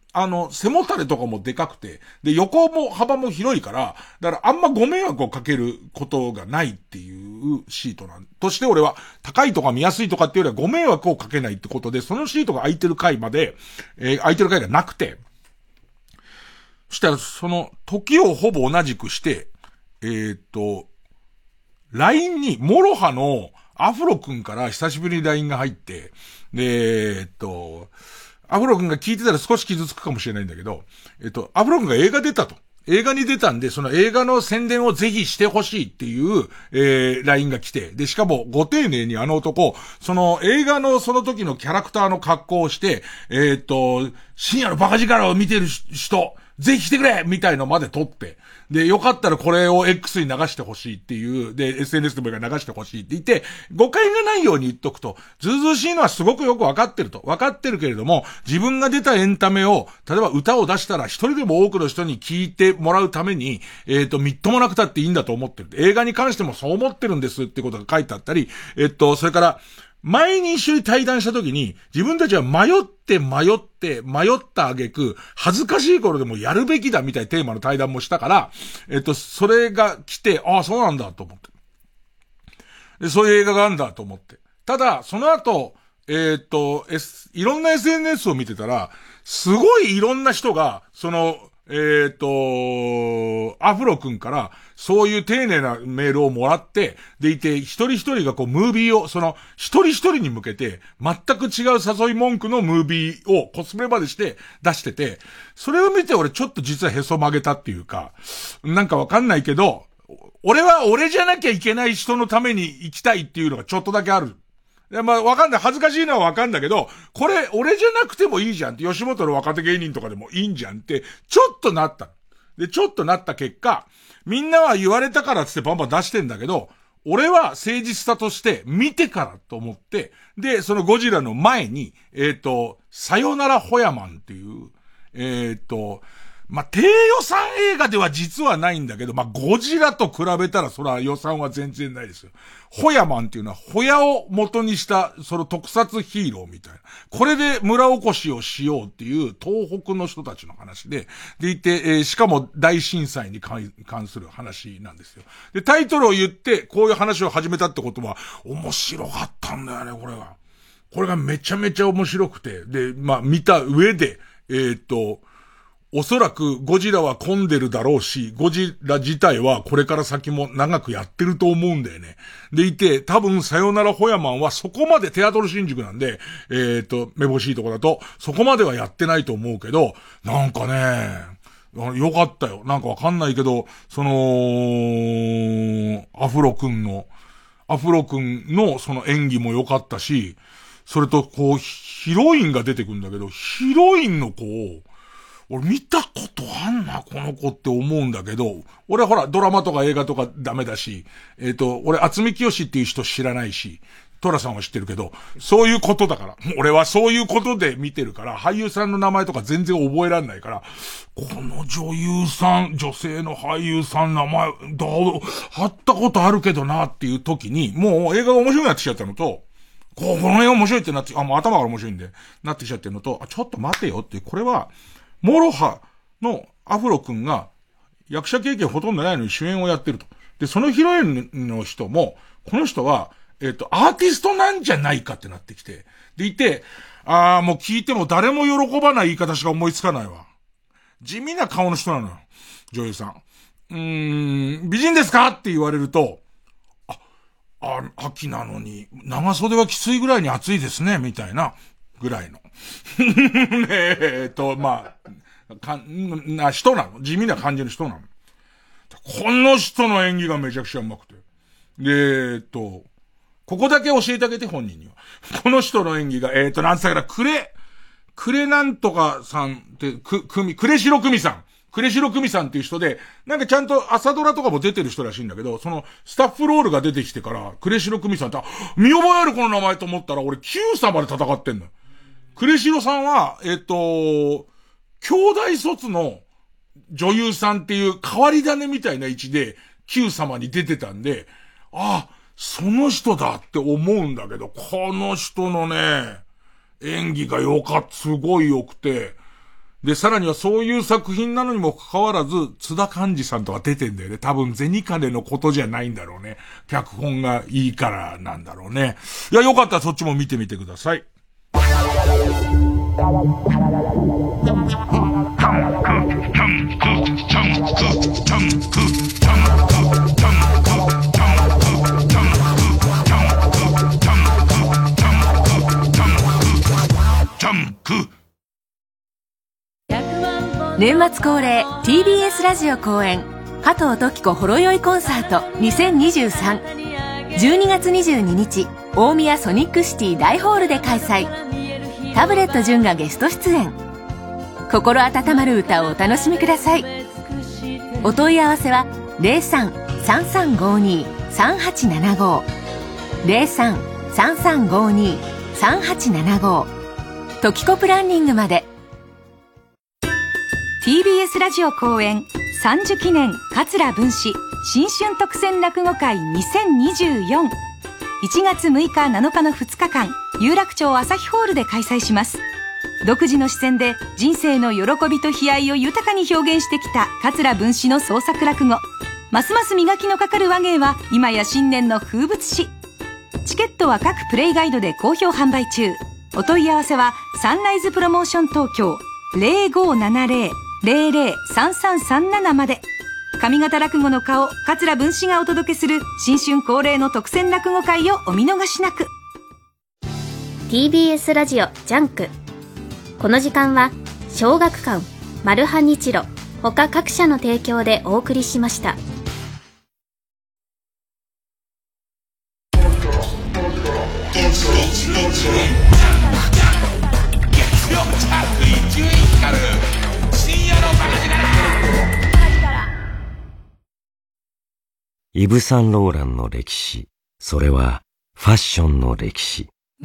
あの、背もたれとかもでかくて、で、横も幅も広いから、だからあんまご迷惑をかけることがないっていうシートなんとして俺は、高いとか見やすいとかっていうよりはご迷惑をかけないってことで、そのシートが空いてる階まで、えー、空いてる階がなくて、そしたらその、時をほぼ同じくして、えー、っと、ライン に、モロハのアフロ君から久しぶりに ライン が入って、で、えー、っと、アフロ君が聞いてたら少し傷つくかもしれないんだけど、えっと、アフロ君が映画出たと。映画に出たんで、その映画の宣伝をぜひしてほしいっていう、えー、ライン が来て、で、しかも、ご丁寧にあの男、その映画のその時のキャラクターの格好をして、えー、っと、深夜のバカ力を見てる人、ぜひ来てくれみたいのまで撮って、で、よかったらこれを X に流してほしいっていう、で、エスエヌエス でも流してほしいって言って、誤解がないように言っとくと、ずうずうしいのはすごくよくわかってると。わかってるけれども、自分が出たエンタメを、例えば歌を出したら一人でも多くの人に聞いてもらうために、えっと、みっともなくたっていいんだと思ってる。映画に関してもそう思ってるんですってことが書いてあったり、えっと、それから、前に一緒に対談した時に、自分たちは迷って迷って迷った挙句、恥ずかしい頃でもやるべきだみたいなテーマの対談もしたから、えっと、それが来て、ああ、そうなんだと思って。で、そういう映画があるんだと思って。ただ、その後、えっと、S、いろんな エスエヌエス を見てたら、すごいいろんな人が、その、えっと、アフロ君から、そういう丁寧なメールをもらって、でいて、一人一人がこう、ムービーを、その、一人一人に向けて、全く違う誘い文句のムービーをコスプレまでして出してて、それを見て俺ちょっと実はへそ曲げたっていうか、なんかわかんないけど、俺は俺じゃなきゃいけない人のために生きたいっていうのがちょっとだけある。まあ、わかんない。恥ずかしいのはわかんだけど、これ、俺じゃなくてもいいじゃんって、吉本の若手芸人とかでもいいんじゃんって、ちょっとなった。で、ちょっとなった結果、みんなは言われたからつってバンバン出してんだけど、俺は誠実さとして見てからと思って、で、そのゴジラの前に、えっと、さよならホヤマンっていう、えっと、まあ、低予算映画では実はないんだけど、まあ、ゴジラと比べたらそら予算は全然ないですよ。ホヤマンっていうのは、ホヤを元にした、その特撮ヒーローみたいな。これで村おこしをしようっていう東北の人たちの話で、でいて、えー、しかも大震災に関する話なんですよ。で、タイトルを言って、こういう話を始めたってことは、面白かったんだよね、これが。これがめちゃめちゃ面白くて、で、まあ、見た上で、えー、っと、おそらくゴジラは混んでるだろうし、ゴジラ自体はこれから先も長くやってると思うんだよね。でいて、多分さよならホヤマンはそこまでテアトル新宿なんで、えっと、めぼしいとこだと、そこまではやってないと思うけど、なんかね、よかったよ。なんかわかんないけど、その、アフロ君の、アフロ君のその演技も良かったし、それとこう、ヒロインが出てくるんだけど、ヒロインの子を、俺見たことあんな、この子って思うんだけど、俺はほら、ドラマとか映画とかダメだし、えっと、俺、渥美清っていう人知らないし、トラさんは知ってるけど、そういうことだから。俺はそういうことで見てるから、俳優さんの名前とか全然覚えられないから、この女優さん、女性の俳優さん名前、どう、会ったことあるけどなっていう時に、もう映画が面白くなってきちゃったのと、この映画面白いってなって、あ、もう頭が面白いんで、なってきちゃってるのと、あ、ちょっと待てよっていう、これは、モロハのアフロ君が役者経験ほとんどないのに主演をやってると。で、そのヒロインの人も、この人は、えっと、アーティストなんじゃないかってなってきて。でいて、あーもう聞いても誰も喜ばない言い方しか思いつかないわ。地味な顔の人なのよ。女優さん。うーん、美人ですかって言われると、あ、あ、秋なのに、長袖はきついぐらいに暑いですね、みたいな。ぐらいの。えっと、まあ、かな、人なの。地味な感じの人なの。この人の演技がめちゃくちゃ上手くて。で、えっと、ここだけ教えてあげて、本人には。この人の演技が、えっと、なんつったかな、クレ、クレなんとかさんって、く、くみ、クレシロクミさん。クレシロクミさんっていう人で、なんかちゃんと朝ドラとかも出てる人らしいんだけど、そのスタッフロールが出てきてから、クレシロクミさんって、見覚えあるこの名前と思ったら、俺、キューサまで戦ってんのよ。クレシロさんは、えっと、兄弟卒の女優さんっていう変わり種みたいな位置で、Q 様に出てたんで、あ、その人だって思うんだけど、この人のね、演技がよかった、すごい良くて、 で、さらにはそういう作品なのにもかかわらず、津田寛治さんとか出てんだよね。多分、銭金のことじゃないんだろうね。脚本がいいからなんだろうね。いや、よかったらそっちも見てみてください。 年末恒例 ティービーエス ラジオ公演加藤登紀子ほろ酔いコンサートにせんにじゅうさん じゅうにがつにじゅうににち大宮ソニックシティ大ホールで開催。タブレット純がゲスト出演。心温まる歌をお楽しみください。お問い合わせは ゼロさん さんさんごに さんはちななご ゼロさん さんさんごに さんはちななごトキコプランニングまで。ティービーエス ラジオ公演三十記念桂文史新春特選落語会にせんにじゅうよん いちがつむいかなのかのふつかかん有楽町朝日ホールで開催します。独自の視線で人生の喜びと悲哀を豊かに表現してきた桂文史の創作落語。ますます磨きのかかる話芸は今や新年の風物詩。チケットは各プレイガイドで好評販売中。お問い合わせはサンライズプロモーション東京 ゼロごーななゼロ ゼロゼロ さんさんさんなな まで。上方落語の顔桂文史がお届けする新春恒例の特選落語会をお見逃しなく。 ティービーエス ラジオジャンク。この時間は小学館マルハニチロ他各社の提供でお送りしました。 イヴ・サンローランの歴史、それはファッションの歴史。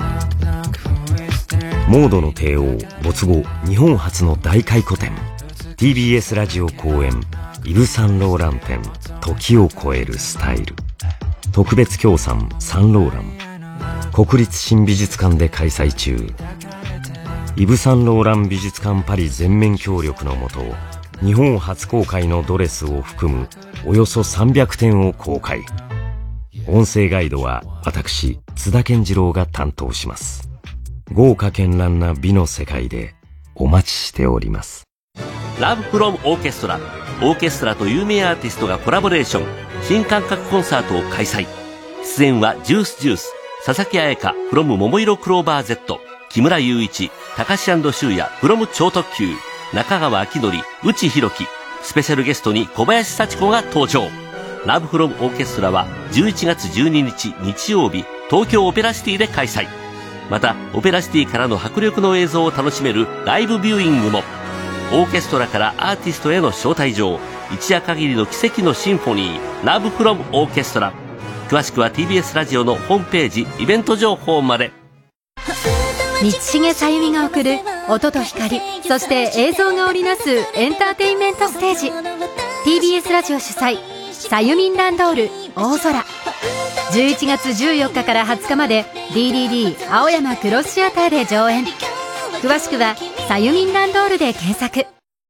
モードの帝王没後日本初の大回顧展 ティービーエス ラジオ公演イヴ・サンローラン展時を超えるスタイル特別協賛サンローラン国立新美術館で開催中。イヴ・サンローラン美術館パリ全面協力のもと日本初公開のドレスを含むおよそさんびゃくてんを公開。音声ガイドは私津田健次郎が担当します。豪華絢爛な美の世界でお待ちしております。 ラブフロムオーケストラ。オーケストラと有名アーティストがコラボレーション新感覚コンサートを開催。出演はジュースジュース、佐々木彩香 from 桃色クローバー Z、 木村雄一、高橋&修也 from 超特急、中川明則、内博樹。スペシャルゲストに小林幸子が登場。ラブフロムオーケストラはじゅういちがつじゅうににち日曜日東京オペラシティで開催。またオペラシティからの迫力の映像を楽しめるライブビューイングも。オーケストラからアーティストへの招待状、一夜限りの奇跡のシンフォニー、ラブフロムオーケストラ。詳しくは ティービーエス ラジオのホームページイベント情報まで。 道重さゆみが送る音と光、そして映像が織りなすエンターテインメントステージ。 ティービーエス ラジオ主催さゆみんランドール大空。じゅういちがつじゅうよっかからはつかまで ディーディーディー 青山クロスシアターで上演。詳しくはさゆみんランドールで検索。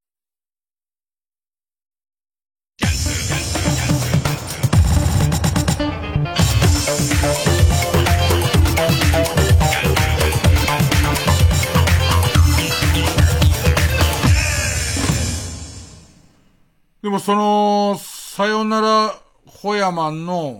でもその、さよならホヤマンの、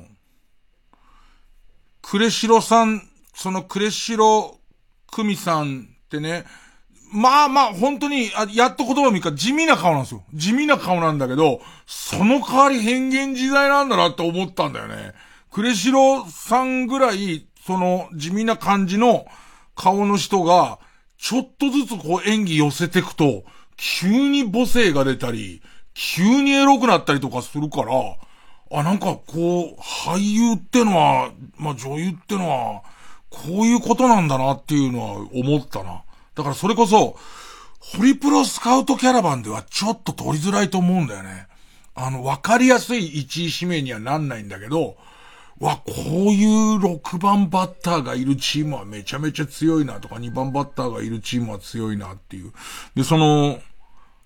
呉城さん、その呉城久美さんってね、まあまあ本当に、あやっと言葉見るか地味な顔なんですよ。地味な顔なんだけど、その代わり変幻自在なんだなって思ったんだよね。呉城さんぐらい、その地味な感じの顔の人が、ちょっとずつこう演技寄せていくと、急に母性が出たり、急にエロくなったりとかするから、あ、なんかこう、俳優ってのは、まあ女優ってのは、こういうことなんだなっていうのは思ったな。だからそれこそ、ホリプロスカウトキャラバンではちょっと取りづらいと思うんだよね。あの、わかりやすい一位指名にはなんないんだけど、わ、こういうろくばんバッターがいるチームはめちゃめちゃ強いなとか、にばんバッターがいるチームは強いなっていう。で、その、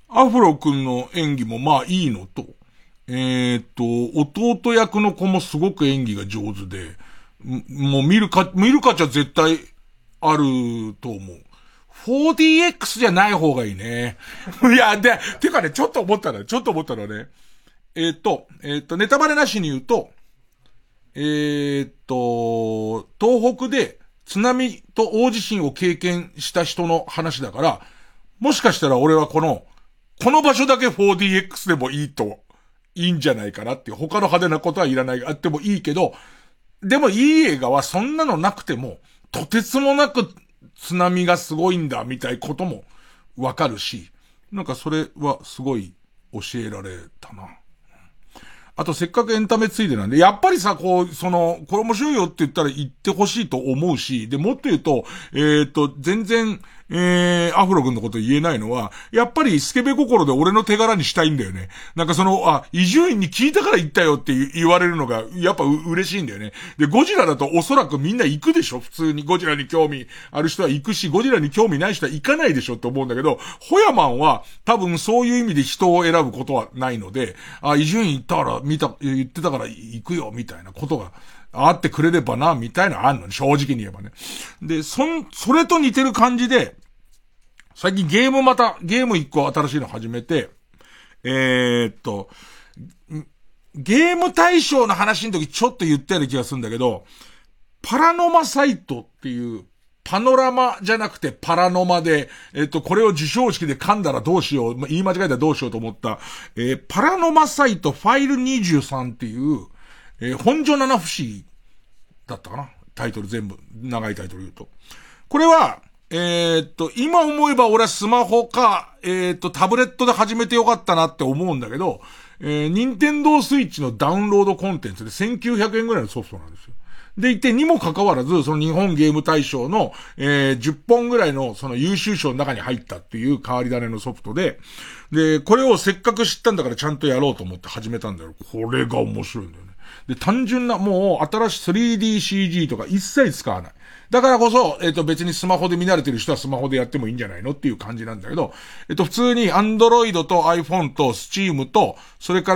アフロ君の演技もまあいいのと、えーっと、弟役の子もすごく演技が上手で、もう見るか、見る価値は絶対あると思う。フォーディーエックス じゃない方がいいね。いや、で、てかね、ちょっと思ったら、ちょっと思ったらね、えーっと、えーっと、ネタバレなしに言うと、えーっと、東北で津波と大地震を経験した人の話だから、もしかしたら俺はこの、この場所だけ フォーディーエックス でもいいと、いいんじゃないかなっていう、他の派手なことはいらない、あってもいいけど、でもいい映画はそんなのなくても、とてつもなく津波がすごいんだみたいこともわかるし、なんかそれはすごい教えられたな。あとせっかくエンタメついでなんで、やっぱりさ、こう、その、これ面白いよって言ったら言ってほしいと思うし、で、もっと言うと、えっと、全然、えー、アフロ君のこと言えないのは、やっぱりスケベ心で俺の手柄にしたいんだよね。なんかその、あ、伊集院に聞いたから言ったよって言われるのが、やっぱう嬉しいんだよね。で、ゴジラだとおそらくみんな行くでしょ？普通にゴジラに興味ある人は行くし、ゴジラに興味ない人は行かないでしょって思うんだけど、ホヤマンは多分そういう意味で人を選ぶことはないので、あ、伊集院行ったから見た、言ってたから行くよみたいなことが、あってくれればな、みたいなのあんのに、正直に言えばね。で、そん、それと似てる感じで、最近ゲームまた、ゲーム一個新しいの始めて、えー、っと、ゲーム大賞の話の時ちょっと言ったような気がするんだけど、パラノマサイトっていう、パノラマじゃなくてパラノマで、えっと、これを授賞式で噛んだらどうしよう、言い間違えたらどうしようと思った、えー、パラノマサイトファイルにじゅうさんっていう、えー、本所七不思議だったかな？タイトル全部、長いタイトル言うと。これは、えー、っと、今思えば俺はスマホか、えー、っと、タブレットで始めてよかったなって思うんだけど、えー、任天堂スイッチのダウンロードコンテンツでせんきゅうひゃくえんぐらいのソフトなんですよ。でいて、にもかかわらず、その日本ゲーム大賞の、えー、じゅっぽんぐらいのその優秀賞の中に入ったっていう変わり種のソフトで、で、これをせっかく知ったんだからちゃんとやろうと思って始めたんだよ。これが面白いんだよね。で、単純な、もう、新しい スリーディーシージー とか一切使わない。だからこそ、えっと、別にスマホで見慣れてる人はスマホでやってもいいんじゃないのっていう感じなんだけど、えっと、普通に Android と iPhone と Steam と、それから、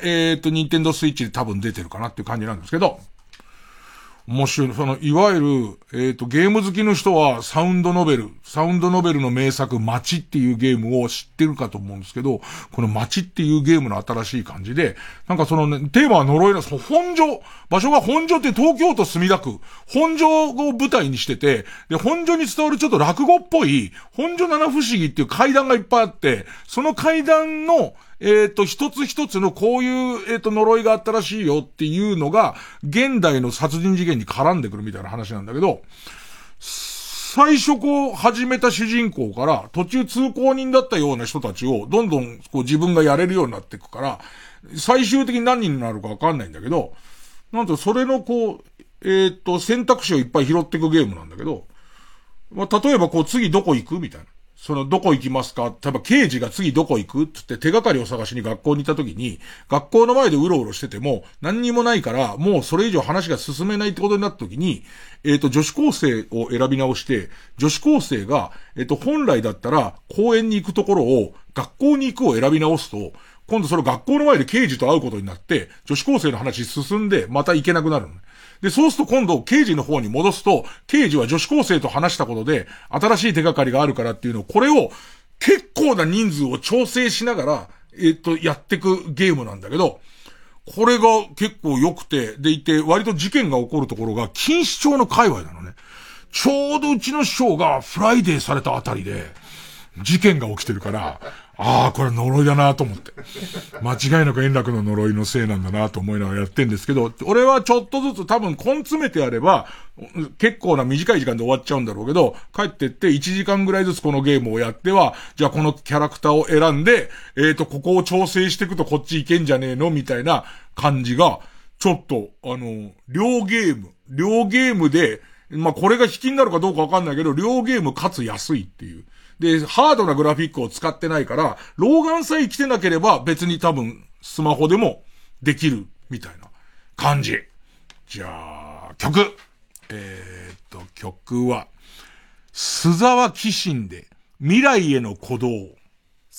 えっと、Nintendo Switch で多分出てるかなっていう感じなんですけど、面白い。その、いわゆる、えっと、ゲーム好きの人は、サウンドノベル、サウンドノベルの名作、街っていうゲームを知ってるかと思うんですけど、この街っていうゲームの新しい感じで、なんかそのね、テーマは呪いの、その本所、場所が本所って東京都墨田区、本所を舞台にしてて、で、本所に伝わるちょっと落語っぽい、本所七不思議っていう階段がいっぱいあって、その階段の、えっと、一つ一つのこういう、えっと、呪いがあったらしいよっていうのが、現代の殺人事件に絡んでくるみたいな話なんだけど、最初こう始めた主人公から途中通行人だったような人たちをどんどんこう自分がやれるようになっていくから、最終的に何人になるかわかんないんだけど、なんとそれのこう、えっと、選択肢をいっぱい拾っていくゲームなんだけど、まあ、例えばこう次どこ行くみたいな。その、どこ行きますか？例えば、刑事が次どこ行くってって手がかりを探しに学校に行った時に、学校の前でうろうろしてても、何にもないから、もうそれ以上話が進めないってことになった時に、えっと、女子高生を選び直して、女子高生が、えっと、本来だったら、公園に行くところを、学校に行くを選び直すと、今度その学校の前で刑事と会うことになって、女子高生の話進んで、また行けなくなるのね。で、そうすると今度、刑事の方に戻すと、刑事は女子高生と話したことで、新しい手がかりがあるからっていうのを、これを、結構な人数を調整しながら、えっと、やっていくゲームなんだけど、これが結構良くて、でいて、割と事件が起こるところが、錦糸町の界隈なのね。ちょうどうちの師匠がフライデーされたあたりで、事件が起きてるから、ああ、これ呪いだなと思って。間違いなく円楽の呪いのせいなんだなと思いながらやってんですけど、俺はちょっとずつ多分根詰めてやれば、結構な短い時間で終わっちゃうんだろうけど、帰ってっていちじかんぐらいずつこのゲームをやっては、じゃあこのキャラクターを選んで、えっと、ここを調整していくとこっち行けんじゃねえのみたいな感じが、ちょっと、あの、両ゲーム、両ゲームで、まあ、これが引きになるかどうかわかんないけど、両ゲームかつ安いっていう。で、ハードなグラフィックを使ってないから、老眼さえ来てなければ別に多分スマホでもできるみたいな感じ。じゃあ、曲。えー、っと、曲は、須沢紀信で未来への鼓動。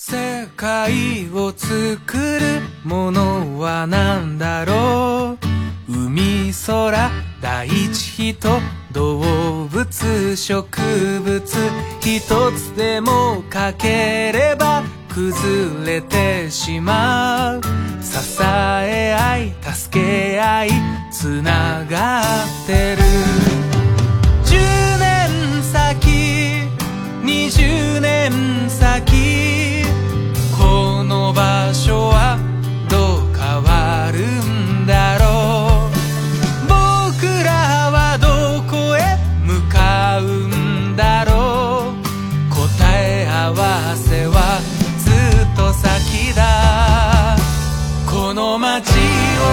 世界を作るものは何だろう。海空大地人動物植物一つでも欠ければ崩れてしまう。支え合い助け合いつながってる。じゅうねん先にじゅうねん先この場所はどう変わるんだろう。僕らはどこへ向かうんだろう。答え合わせはずっと先だ。この街を乗せて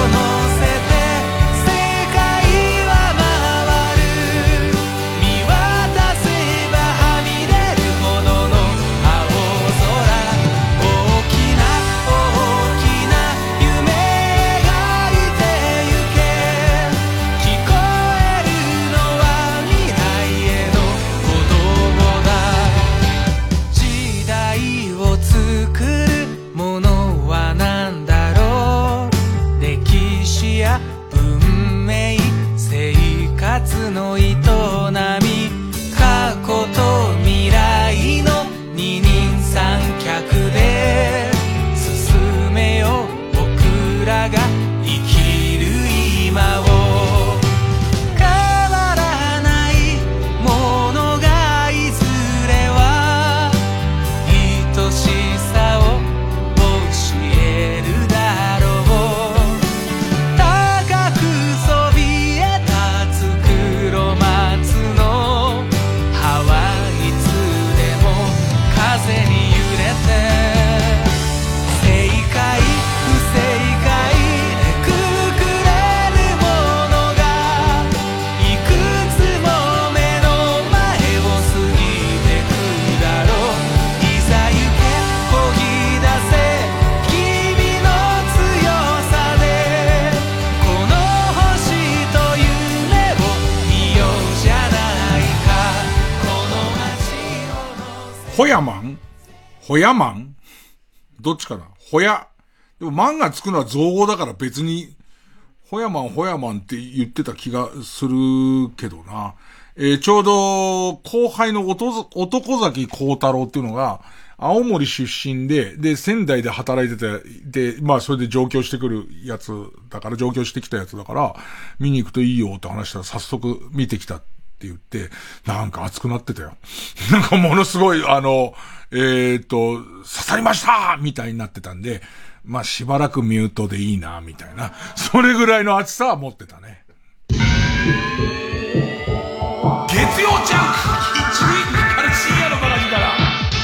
世界は回る。見渡せばはみ出るほどの青空。大きな大きな夢描いてゆけ。聞こえるのは未来への鼓動だ。時代を作るものは何だろう。歴史や文明生活の営み過去と未来の二人三脚で進めよう僕らが生きる今を。変わらないものがいずれは愛しさを教えるだろう。高くそびえ立つ黒松の葉はいつでも風に揺れて。正解不正解でくくれるものがいくつも目の前を過ぎてくだろう。いざ行け漕ぎ出せ君の強さで。この星と夢を見ようじゃないか。この街をホヤマンホヤマンどっちかな。ホヤ。でもマンがつくのは造語だから別に、ホヤマンホヤマンって言ってた気がするけどな。えーちょうど後輩の男男崎幸太郎っていうのが、青森出身で、で、仙台で働いてて、で、まあそれで上京してくるやつだから、上京してきたやつだから、見に行くといいよって話したら早速見てきたって言って、なんか熱くなってたよ。なんかものすごい、あの、えーっと、刺さりましたみたいになってたんで、まあしばらくミュートでいいな、みたいな。それぐらいの熱さは持ってたね。月曜ジャンク一塁から深夜のバカ力から。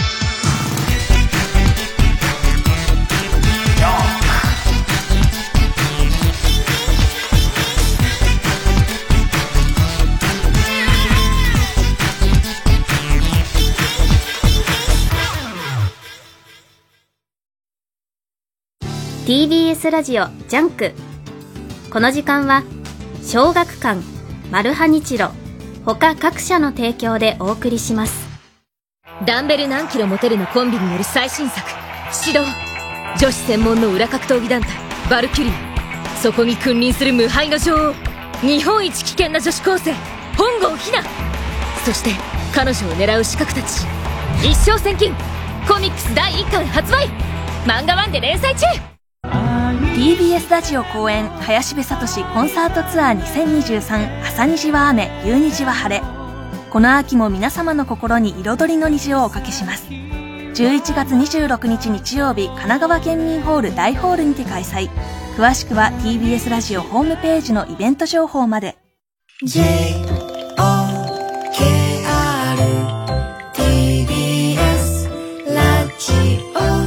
ティービーエス ラジオジャンク。この時間は小学館、マルハニチロ他各社の提供でお送りします。 ダンベル何キロ持てるのコンビによる最新作始動。女子専門の裏格闘技団体バルキュリー。そこに君臨する無敗の女王、日本一危険な女子高生本郷ひな。そして彼女を狙う刺客たち。一生千金コミックスだいいっかん発売。漫画ワンで連載中。 ティービーエス ラジオ公演林部聡コンサートツアーにせんにじゅうさん。朝虹は雨夕虹は晴れ。この秋も皆様の心に彩りの虹をおかけします。じゅういちがつにじゅうろくにち日曜日、神奈川県民ホール大ホールにて開催。詳しくは ティービーエス ラジオホームページのイベント情報まで。 ジェイオーケーアール ティービーエス ラジオ。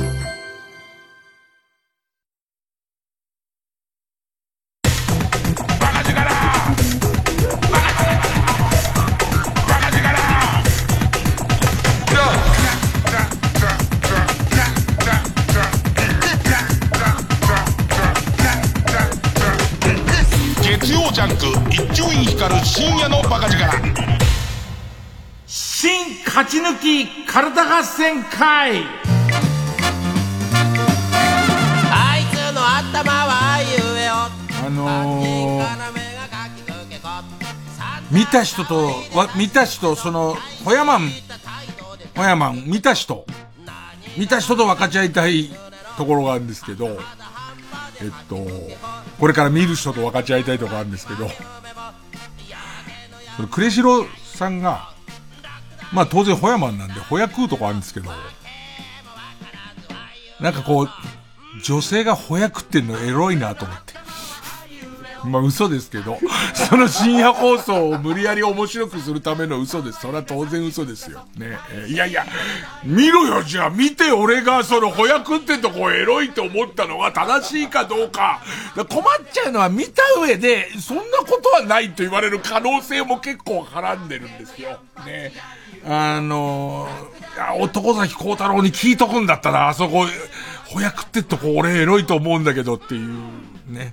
ジャンク一丁院光る深夜のバカ力。新勝ち抜き体合戦会。 あのー、見た人と、見た人、その、ホヤマン、ホヤマン、見た人、見た人と分かち合いたいところがあるんですけど、えっと、これから見る人と分かち合いたいところがあるんですけど、そのクレシロさんが、まあ当然ホヤマンなんで、ホヤ食うとこあるんですけど、なんかこう、女性がホヤ食ってんのエロいなと思って。まあ嘘ですけど、その深夜放送を無理やり面白くするための嘘です。それは当然嘘ですよ。ねえー、いやいや、見ろよ、じゃあ見て俺がそのホヤ食ってんとこエロいと思ったのが正しいかどうか。だから困っちゃうのは見た上で、そんなことはないと言われる可能性も結構はらんでるんですよ。ねあのー、男崎幸太郎に聞いとくんだったら、あそこ、ホヤ食ってっとこ俺エロいと思うんだけどっていうね。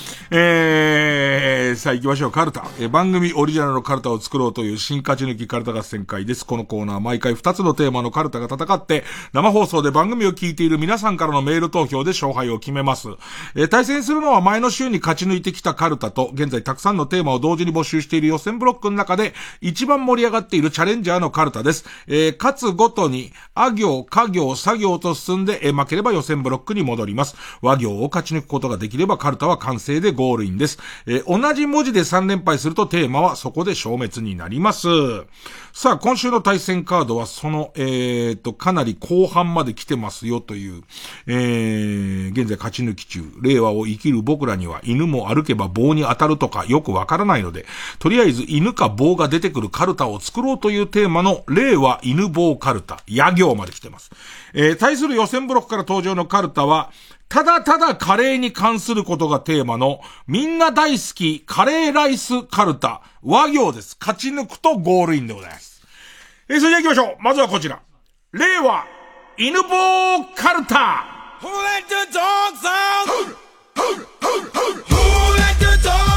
えー、さあ行きましょう。カルタ、えー、番組オリジナルのカルタを作ろうという新勝ち抜きカルタ合戦会です。このコーナー毎回ふたつのテーマのカルタが戦って生放送で番組を聞いている皆さんからのメール投票で勝敗を決めます。えー、対戦するのは前の週に勝ち抜いてきたカルタと現在たくさんのテーマを同時に募集している予選ブロックの中で一番盛り上がっているチャレンジャーのカルタです。えー、勝つごとにあ行、か行、作業と進んで、えー、負ければ予選ブロックに戻ります。和行を勝ち抜くことができればカルタは完成でゴールインです。えー、同じ文字でさん連敗するとテーマはそこで消滅になります。さあ、今週の対戦カードはその、えーと、かなり後半まで来てますよという、えー、現在勝ち抜き中、令和を生きる僕らには犬も歩けば棒に当たるとかよくわからないので、とりあえず犬か棒が出てくるカルタを作ろうというテーマの令和犬棒カルタ、野行まで来てます。えー、対する予選ブロックから登場のカルタは、ただただカレーに関することがテーマのみんな大好きカレーライスカルタ和行です。勝ち抜くとゴールインでございます。えー、それでは行きましょう。まずはこちら。令和犬棒カルタ。Who let the dogs out? Who let the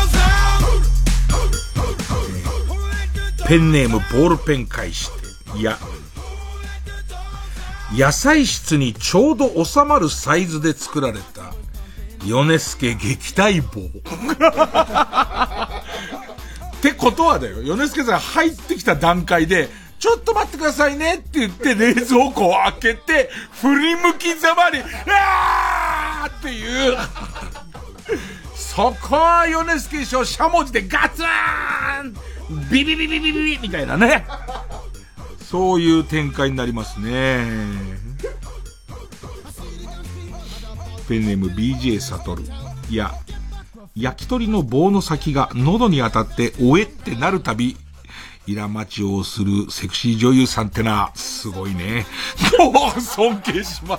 dogs out? ペンネームボールペン返して、いや野菜室にちょうど収まるサイズで作られた米助撃退棒ってことはだよ、米助さん入ってきた段階でちょっと待ってくださいねって言って冷蔵庫を開けて振り向きざまにあーっていうそこは米助師匠しゃもじでガツーンビビビビビビビみたいなね、そういう展開になりますね。ペンネーム ビージェー サトル。いや、焼き鳥の棒の先が喉に当たっておえってなるたび、イラマチをするセクシー女優さんってな、すごいね。もう尊敬します。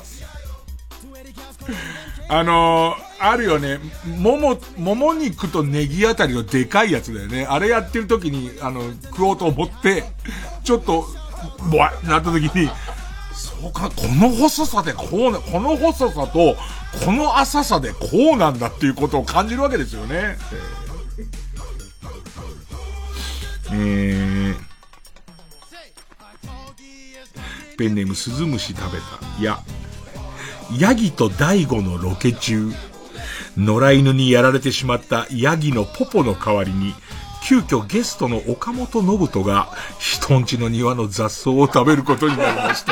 あのー、あるよね。もも、もも肉とネギあたりのでかいやつだよね。あれやってる時に、あの、食おうと思って、ちょっと、ボワッなった時に、そうか、この細さでこうな、この細さと、この浅さでこうなんだっていうことを感じるわけですよね。えー、ペンネームスズムシ食べた。いや、ヤギとダイゴのロケ中、野良犬にやられてしまったヤギのポポの代わりに、急遽ゲストの岡本信人が人んちの庭の雑草を食べることになりました。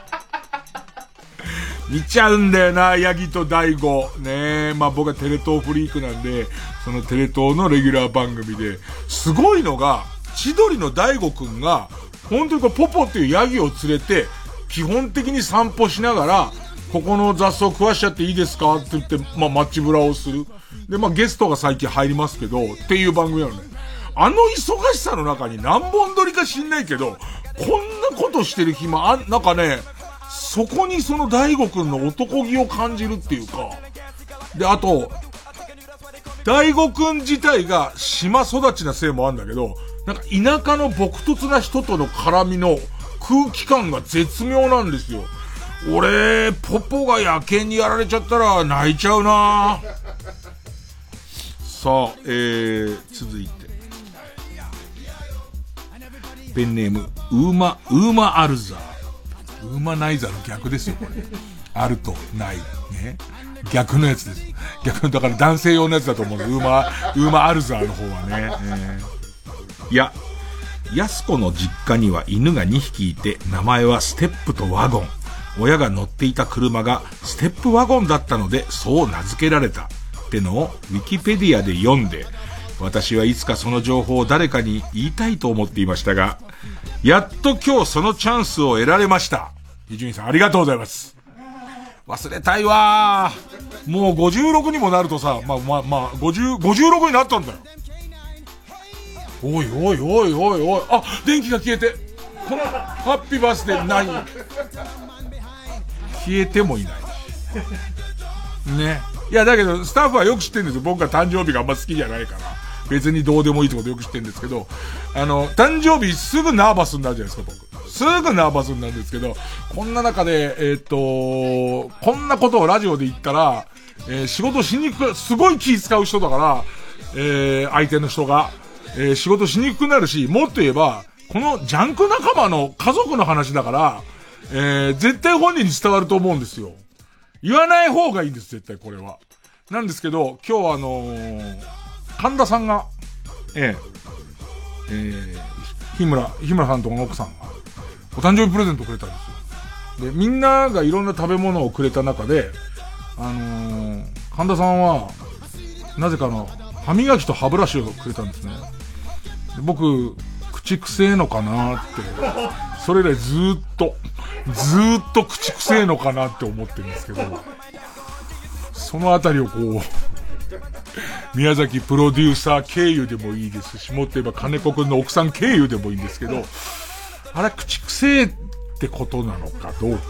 見ちゃうんだよな、ヤギと大悟。ねえ、まあ僕はテレ東フリークなんで、そのテレ東のレギュラー番組で、すごいのが、千鳥の大悟くんが、本当にこうポポっていうヤギを連れて、基本的に散歩しながら、ここの雑草食わしちゃっていいですかって言って、まあ街ブラをする。で、まあゲストが最近入りますけど、っていう番組なのね。あの忙しさの中に何本撮りか知んないけど、こんなことしてる暇、あ、なんかね、そこにその大悟くんの男気を感じるっていうか。で、あと、大悟くん自体が島育ちなせいもあるんだけど、なんか田舎の朴突な人との絡みの空気感が絶妙なんですよ。俺、ポポが野犬にやられちゃったら泣いちゃうな。さあ、えー、続いて。ペンネーム、ウーマ、ウーマアルザー。ウーマナイザーの逆ですよ、これ。 あるとない。ね。逆のやつです。逆の、だから男性用のやつだと思う。ウーマー、ウーマーアルザーの方はね。えー、いや、やすこの実家には犬がにひきいて、名前はステップとワゴン。親が乗っていた車がステップワゴンだったので、そう名付けられた。ってのをウィキペディアで読んで、私はいつかその情報を誰かに言いたいと思っていましたが、やっと今日そのチャンスを得られました。伊集院さんありがとうございます。忘れたいわー。もうごじゅうろくにもなるとさ、まあまあまあ、50、ごじゅうろくになったんだよ。おいおいおいおいおい、あ、電気が消えて、このハッピーバースデーない。消えてもいないし。ね。いやだけど、スタッフはよく知ってるんですよ。僕が誕生日があんま好きじゃないから。別にどうでもいいってことよく知ってるんですけど、あの、誕生日すぐナーバスになるじゃないですか、僕。すぐナーバスになるんですけど、こんな中で、えー、っと、こんなことをラジオで言ったら、えー、仕事しにくく、すごい気使う人だから、えー、相手の人が、えー、仕事しにくくなるし、もっと言えば、このジャンク仲間の家族の話だから、えー、絶対本人に伝わると思うんですよ。言わない方がいいんです、絶対これは。なんですけど、今日はあのー、神田さんが、えええー、日村、日村さんとこの奥さんが、お誕生日プレゼントくれたんですよ。で、みんながいろんな食べ物をくれた中で、あのー、神田さんは、なぜかの、歯磨きと歯ブラシをくれたんですね。で僕、口くせえのかなって、それ以来ずーっと、ずーっと口くせえのかなって思ってるんですけど、そのあたりをこう、宮崎プロデューサー経由でもいいですし、もっと言えば金子くんの奥さん経由でもいいんですけど、あれ口くせえってことなのかどうか。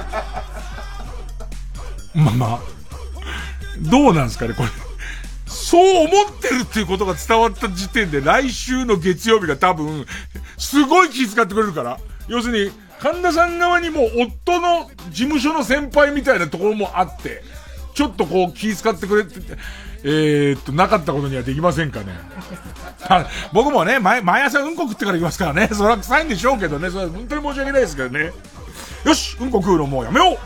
まあまあ、どうなんですかね、これ。そう思ってるっていうことが伝わった時点で、来週の月曜日が多分、すごい気遣ってくれるから。要するに、神田さん側にも夫の事務所の先輩みたいなところもあって、ちょっとこう気遣ってくれて、えーっと、なかったことにはできませんかね。僕もね、毎、毎朝うんこ食ってから行きますからね。それは臭いんでしょうけどね。それは本当に申し訳ないですけどね。よし、うんこ食うのもうやめよう。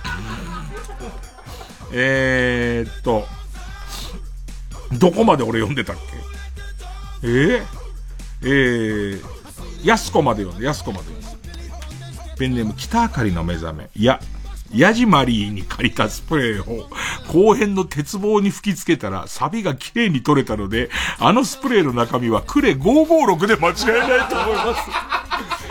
えーっと、どこまで俺読んでたっけ？えー、えー、やすこまで読んで、やすこまで読んで。ペンネーム北あかりの目覚め。いや、ヤジマリーに借りたスプレーを後編の鉄棒に吹きつけたらサビが綺麗に取れたので、あのスプレーの中身はクレごーごーろくで間違いないと思います。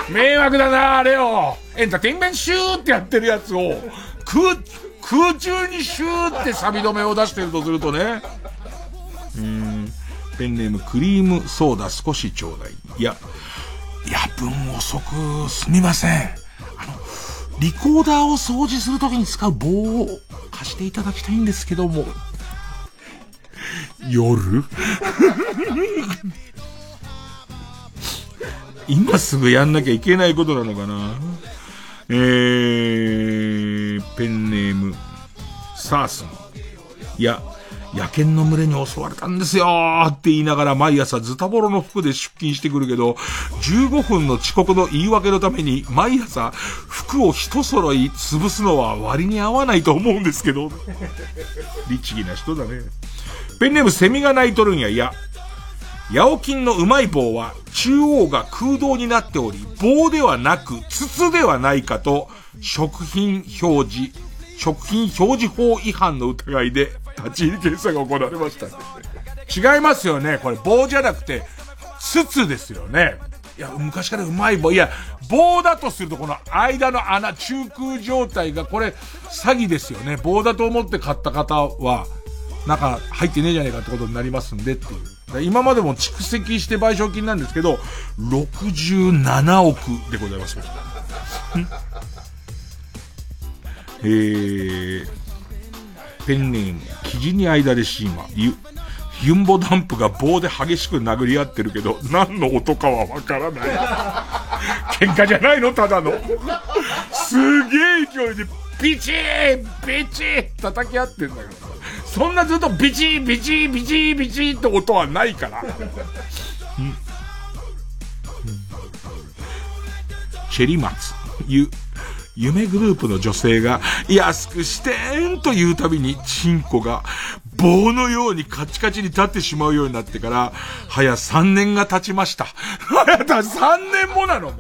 迷惑だなあれを。エンターテインメントシューってやってるやつを空、空中にシューってサビ止めを出してるとするとね。うーん、ペンネームクリームソーダ少しちょうだい。いや、夜分遅くすみません。あの、リコーダーを掃除するときに使う棒を貸していただきたいんですけども。夜今すぐやんなきゃいけないことなのかな。えー、ペンネームサースン。いや、野犬の群れに襲われたんですよーって言いながら毎朝ズタボロの服で出勤してくるけど、じゅうごふんの遅刻の言い訳のために毎朝服を一揃い潰すのは割に合わないと思うんですけど。律儀な人だね。ペンネームセミが鳴いとるんや。いや、ヤオキンのうまい棒は中央が空洞になっており、棒ではなく筒ではないかと食品表示、食品表示法違反の疑いで立ち入り検査が行われました。違いますよね。これ棒じゃなくて筒ですよね。いや、昔からうまい棒。いや、棒だとするとこの間の穴、中空状態がこれ詐欺ですよね。棒だと思って買った方は中入ってねえじゃねえかってことになりますんでっていう。今までも蓄積して賠償金なんですけど、ろくじゅうななおくでございます。えー、ペンネーム生地に間でシーマユユンボダンプが棒で激しく殴り合ってるけど何の音かはわからない。喧嘩じゃないの、ただの。すげえ勢いでビチービチー叩き合ってんだけど、そんなずっとビチービチービチービチーって音はないから。うん、チェリマツユ夢グループの女性が安くしてーんと言うたびにチンコが棒のようにカチカチに立ってしまうようになってから早さんねんが経ちました。早ださんねんもなの。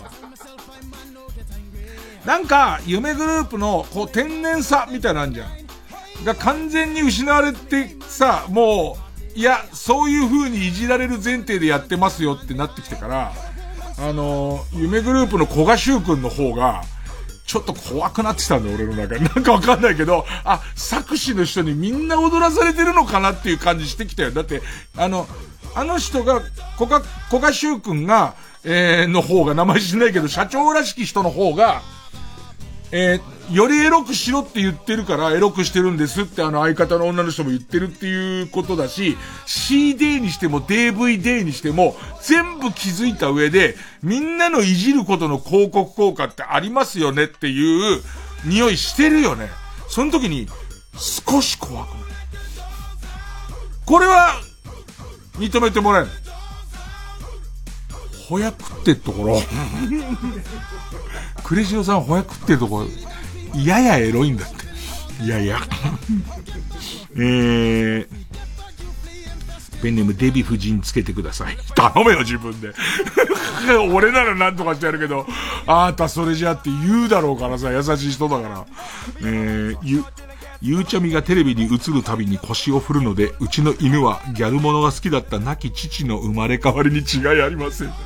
なんか夢グループのこう天然さみたいなんじゃんが完全に失われてさ、もういやそういう風にいじられる前提でやってますよってなってきてから、あのー、夢グループの古賀修くんの方がちょっと怖くなってきたんだ俺の中で。なんかわかんないけど、あ、作詞の人にみんな踊らされてるのかなっていう感じしてきたよ。だってあのあの人が古賀古賀修くんが、えー、の方が名前知んないけど社長らしき人の方がえー、よりエロくしろって言ってるからエロくしてるんですってあの相方の女の人も言ってるっていうことだし、 シーディー にしても ディーブイディー にしても全部気づいた上でみんなのいじることの広告効果ってありますよねっていう匂いしてるよね。その時に少し怖くなる。これは認めてもらえる。ほやくってところクレジオさんほやくってところややエロいんだって。いやいやえーペンネームデヴィ夫人つけてください。頼めよ自分で俺ならなんとかしてやるけど、あーたそれじゃって言うだろうからさ、優しい人だから。えー、ゆゆうちゃみがテレビに映るたびに腰を振るので、うちの犬はギャルものが好きだった亡き父の生まれ変わりに違いありません。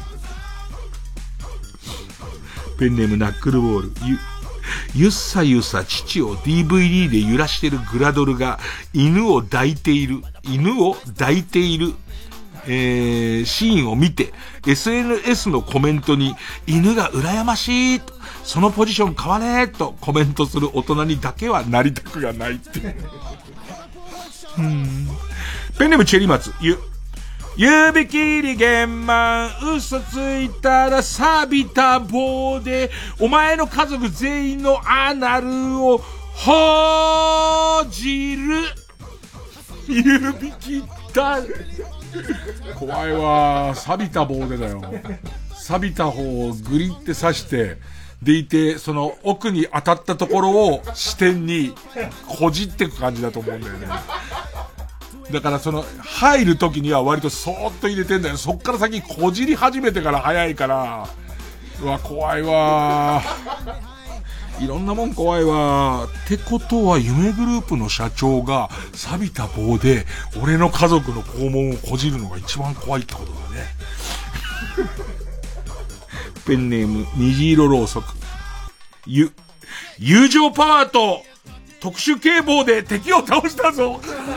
ペンネームナックルボール。ゆ、ゆっさゆさ父を ディーブイディー で揺らしてるグラドルが犬を抱いている、犬を抱いている、えー、シーンを見て エスエヌエス のコメントに犬が羨ましいと、そのポジション変われとコメントする大人にだけはなりたくがないってうん。ペンネームチェリマツ。ゆ指切り玄満嘘ついたら錆びた棒でお前の家族全員のアナルをほじる。指切った怖いわ。錆びた棒でだよ。錆びた方をグリって刺してでいて、その奥に当たったところを視点にこじっていく感じだと思うんだよね。だからその入る時には割とそーっと入れてんだよ。そっから先こじり始めてから早いから、うわ怖いわ。いろんなもん怖いわ。ってことは夢グループの社長が錆びた棒で俺の家族の肛門をこじるのが一番怖いってことだね。ペンネーム虹色ろうそく。ゆ友情パワーと特殊警棒で敵を倒したぞ。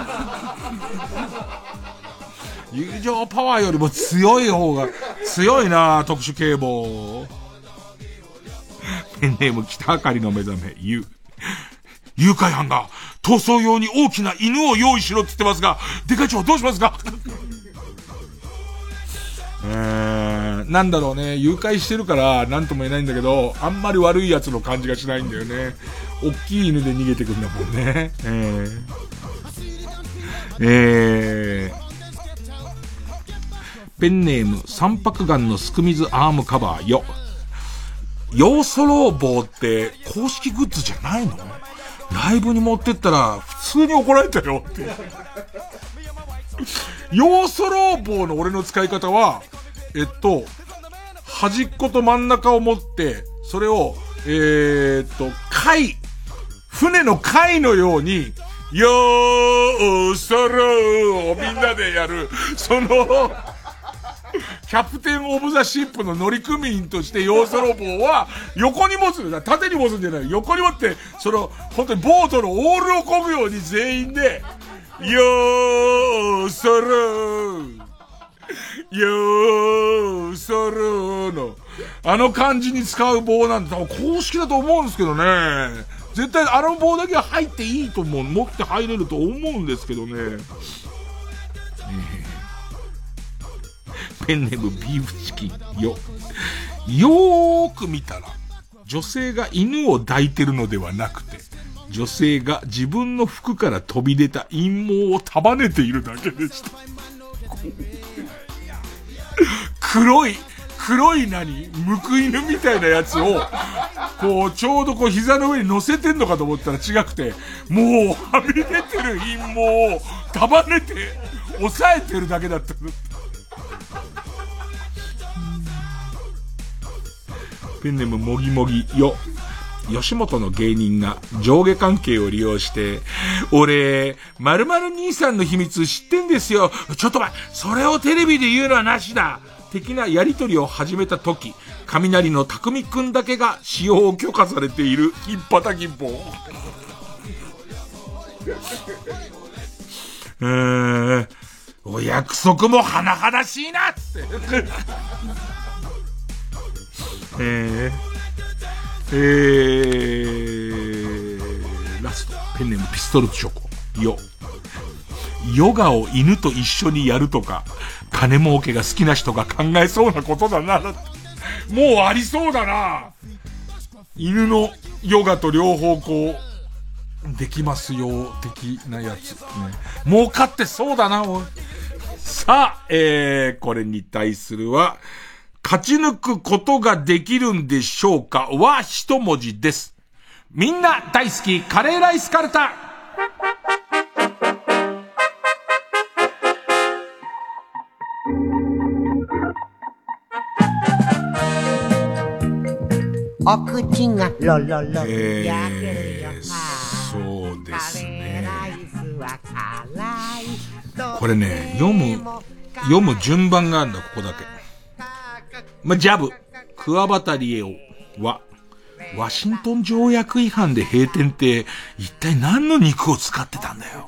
友情パワーよりも強い方が強いな。特殊警棒。ペンネーム北あかりの目覚め。ゆ誘拐犯が逃走用に大きな犬を用意しろって言ってますが、デカ長どうしますか。えー、なんだろうね、誘拐してるからなんとも言えないんだけど、あんまり悪いやつの感じがしないんだよね。大きい犬で逃げてくんだもんね。えー、えー、ペンネーム三白眼のすくみずアームカバーよ。ヨーソロー棒って公式グッズじゃないの？ライブに持ってったら普通に怒られたよって。ヨーソロー棒の俺の使い方は、えっと、端っこと真ん中を持って、それを、えー、っと、貝、船の貝のように、ヨーソローをみんなでやる、その、キャプテンオブザシップの乗組員としてヨーソロ棒は横に持つんだ。縦に持つんじゃない。横に持って、その、本当にボートのオールを漕ぐように全員で、ヨーソロー、ヨーソローの、あの感じに使う棒なんて多分公式だと思うんですけどね。絶対あの棒だけは入っていいと思う。持って入れると思うんですけどね。ペンネームビーフチキンよ。よーく見たら女性が犬を抱いてるのではなくて、女性が自分の服から飛び出た陰毛を束ねているだけでした。黒い黒い何むく犬みたいなやつをここう、ちょうどこう膝の上に乗せてんのかと思ったら違くて、もうはみ出てる陰毛を束ねて、押さえてるだけだった。ペンネームもぎもぎよ。吉本の芸人が上下関係を利用して、俺、〇〇兄さんの秘密知ってんですよ。ちょっと待って、それをテレビで言うのはなしだ。的なやりとりを始めた時、雷の匠くんだけが使用を許可されているひっぱたき棒。うーん、お約束も甚だしいなっつって。えーえー、ラストペンネームピストルチョコよ。ヨガを犬と一緒にやるとか、金儲けが好きな人が考えそうなことだな。もうありそうだな。犬のヨガと両方こうできますよ的なやつ、ね、儲かってそうだな。おいさあ、えー、これに対するは勝ち抜くことができるんでしょうかは一文字です。みんな大好きカレーライスカルタ。 お口がロロロ、 えー、そうですね。これね、読む読む順番があるんだ。ここだけ。ま、ジャブ、クワバタリエオは、ワシントン条約違反で閉店って一体何の肉を使ってたんだよ。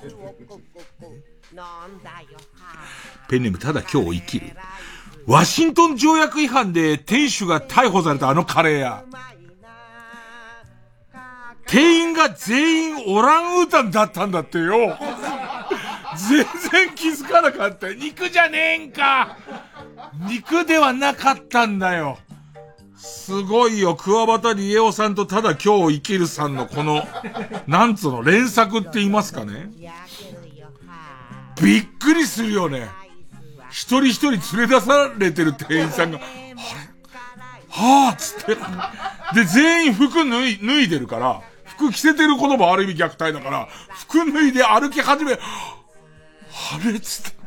ペンネームただ今日を生きる。ワシントン条約違反で店主が逮捕されたあのカレー屋。店員が全員オランウータンだったんだってよ。全然気づかなかった。肉じゃねえんか。肉ではなかったんだよ。すごいよ。クワバタリエオさんとただ今日生きるさんのこの、なんつうの、連作って言いますかね。びっくりするよね。一人一人連れ出されてる店員さんが、あれはぁ、つって。で、全員服脱い、脱いでるから、服着せてることもある意味虐待だから、服脱いで歩き始め、あれつって。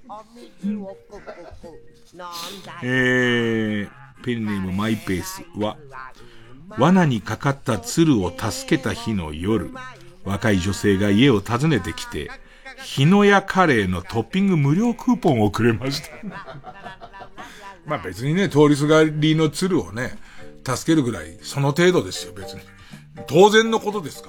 えー、ペンネームマイペースは、罠にかかった鶴を助けた日の夜、若い女性が家を訪ねてきて、日野屋カレーのトッピング無料クーポンをくれました。まあ別にね、通りすがりの鶴をね、助けるぐらい、その程度ですよ、別に。当然のことですから。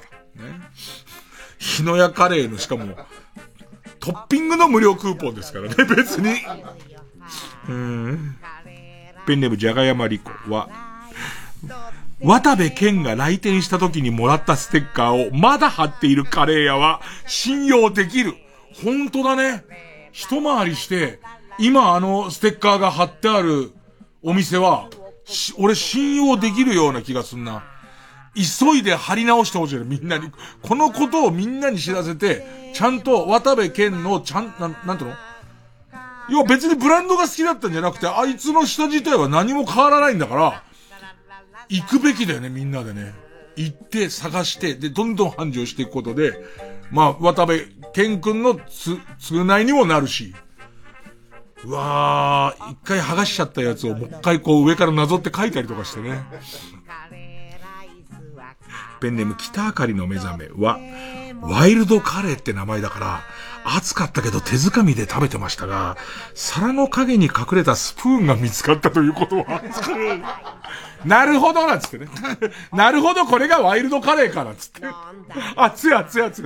ね。日野屋カレーのしかも、トッピングの無料クーポンですからね、別に。うーん。ペンネームじゃがやまりこは、渡部健が来店した時にもらったステッカーをまだ貼っているカレー屋は信用できる。本当だね。一回りして、今あのステッカーが貼ってあるお店は、俺信用できるような気がすんな。急いで貼り直してほしいの、みんなに。このことをみんなに知らせて、ちゃんと渡部健のちゃん、なん、なんていうの？要は別にブランドが好きだったんじゃなくて、あいつの下自体は何も変わらないんだから、行くべきだよね、みんなでね。行って探して、で、どんどん繁盛していくことで、まあ、渡部健くんのつ、償いにもなるし、うわー、一回剥がしちゃったやつをもう一回こう上からなぞって書いたりとかしてね。ペンネーム北あかりの目覚めは、ワイルドカレーって名前だから、暑かったけど手づかみで食べてましたが、皿の影に隠れたスプーンが見つかったということは、なるほどなっつってね。なるほどこれがワイルドカレーかなっつって。熱い熱い熱い。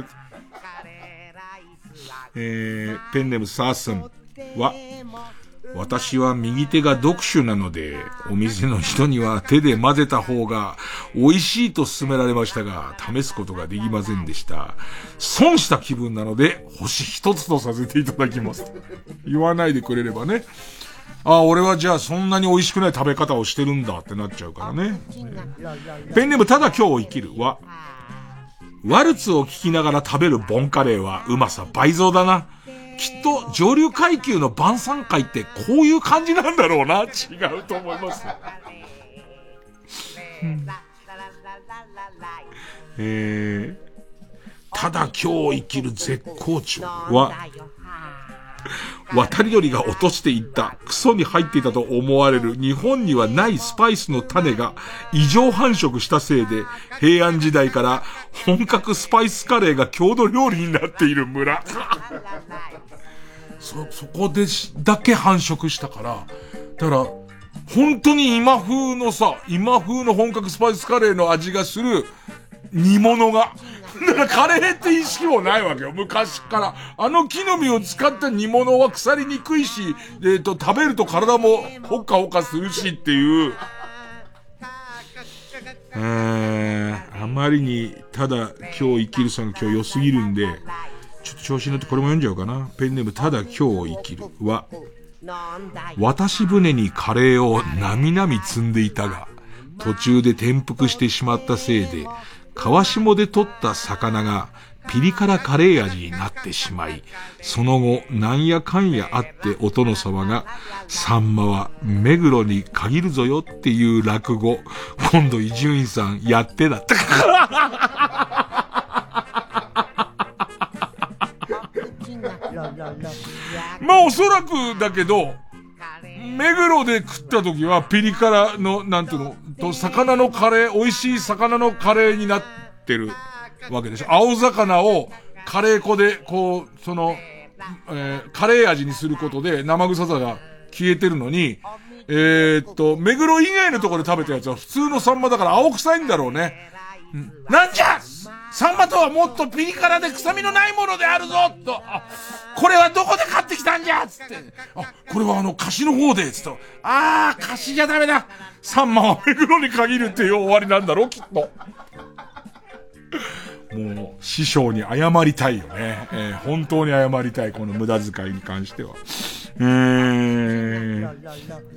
えー、ペンネームサースンは、私は右手が読書なので、お店の人には手で混ぜた方が美味しいと勧められましたが、試すことができませんでした。損した気分なので、星一つとさせていただきます。言わないでくれればね。あ、俺はじゃあそんなに美味しくない食べ方をしてるんだってなっちゃうからね。ペンネームただ今日を生きるは、ワルツを聞きながら食べるボンカレーはうまさ倍増だな。きっと上流階級の晩餐会ってこういう感じなんだろうな。違うと思います。 えー、ただ今日生きる絶好調は、渡り鳥が落としていったクソに入っていたと思われる日本にはないスパイスの種が異常繁殖したせいで、平安時代から本格スパイスカレーが郷土料理になっている村。そ、そこでだけ繁殖したから、だから本当に今風のさ、今風の本格スパイスカレーの味がする煮物が、だからカレーって意識もないわけよ、昔から。あの木の実を使った煮物は腐りにくいし、えっと、食べると体もほっかほっかするしっていう。えー、あまりに、ただ今日生きるさんが今日良すぎるんで、ちょっと調子に乗ってこれも読んじゃおうかな。ペンネームただ今日生きるは、渡し船にカレーをなみなみ積んでいたが、途中で転覆してしまったせいで、川下で取った魚がピリ辛カレー味になってしまい、その後なんやかんやあってお殿様が、サンマは目黒に限るぞよっていう落語、今度伊集院さんやってだった。まあおそらくだけど、目黒で食った時はピリ辛の、なんていうの、と、魚のカレー、美味しい魚のカレーになってるわけでしょ。青魚をカレー粉で、こう、その、えー、カレー味にすることで生臭さが消えてるのに、えー、っと、目黒以外のところで食べたやつは普通のサンマだから青臭いんだろうね。んなんじゃサンマとはもっとピリ辛で臭みのないものであるぞと、あ、これはどこで買ってきたんじゃつって、あ、これはあの、菓子の方でつと、あー、菓子じゃダメだ。サンマは目黒に限るっていう終わりなんだろう、きっと。もう、師匠に謝りたいよね。えー、本当に謝りたい、この無駄遣いに関しては。えー、うん、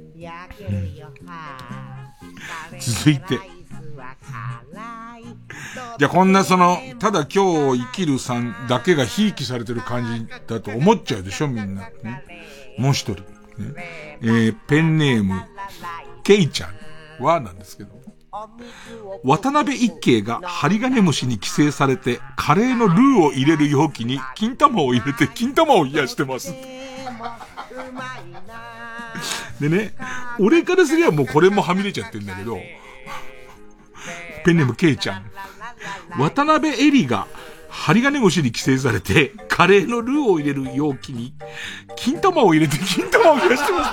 続いて。じゃあこんなその、ただ今日生きるさんだけがひいきされてる感じだと思っちゃうでしょ、みんな。ね、もう一人、ね。えー、ペンネーム、ケイちゃんはなんですけど。渡辺一慶が針金虫に寄生されて、カレーのルーを入れる容器に金玉を入れて金玉を冷やしてます。でね、俺からすりゃもうこれもはみ出ちゃってんだけど、ペンネームケイちゃん。渡辺エリが針金虫に寄生されて、カレーのルーを入れる容器に金玉を入れて金玉を冷やしてます。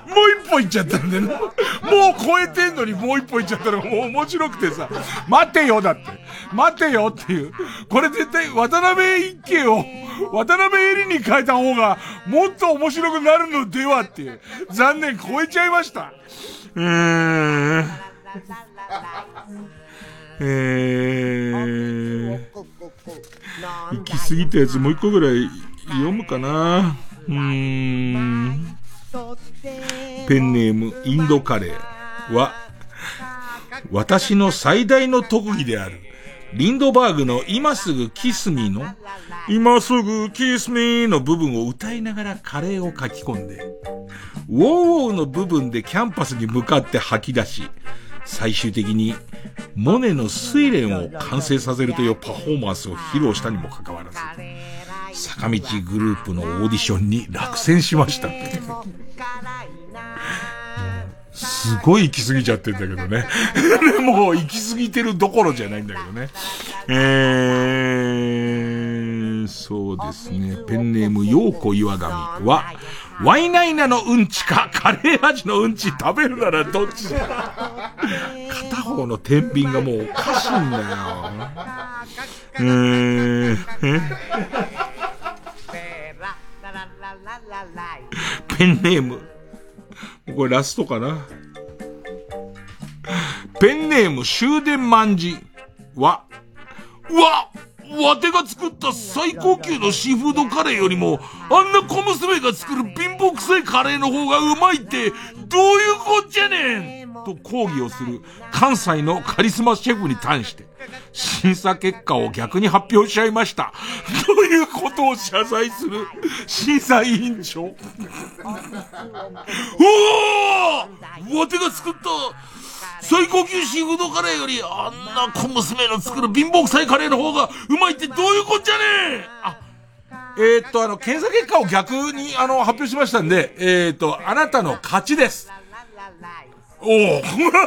もう一歩いっちゃったんでね。もう超えてんのにもう一歩いっちゃったのがもう面白くてさ、待てよだって。待てよっていう。これ絶対渡辺一慶を渡辺エリに変えた方がもっと面白くなるのではっていう。残念、超えちゃいました。うーん。えー、行き過ぎたやつもう一個ぐらい読むかな。うーん。ペンネームインドカレーは、私の最大の特技であるリンドバーグの今すぐキスミーの今すぐキスミーの部分を歌いながらカレーを書き込んで、ウォーウォーの部分でキャンパスに向かって吐き出し、最終的にモネの睡蓮を完成させるというパフォーマンスを披露したにもかかわらず、坂道グループのオーディションに落選しました。すごい行き過ぎちゃってんだけどね。もう行き過ぎてるどころじゃないんだけどね。えー、そうですね。ペンネーム陽子岩上は、ワイナイナのうんちかカレー味のうんち食べるならどっちだ。片方の天秤がもうおかしいんだよ。えー、ペンネーム、これラストかな。ペンネーム終電万事は、うわわてが作った最高級のシーフードカレーよりも、あんな小娘が作る貧乏くさいカレーの方がうまいって、どういうこっちゃねんと抗議をする関西のカリスマシェフに対して、審査結果を逆に発表しちゃいました。ということを謝罪する審査委員長。おーわてが作った最高級シーフードカレーより、あんな小娘の作る貧乏臭いカレーの方がうまいってどういうこっちゃねえ。あ、えー、っと、あの、検査結果を逆に、あの、発表しましたんで、えー、っと、あなたの勝ちです。おお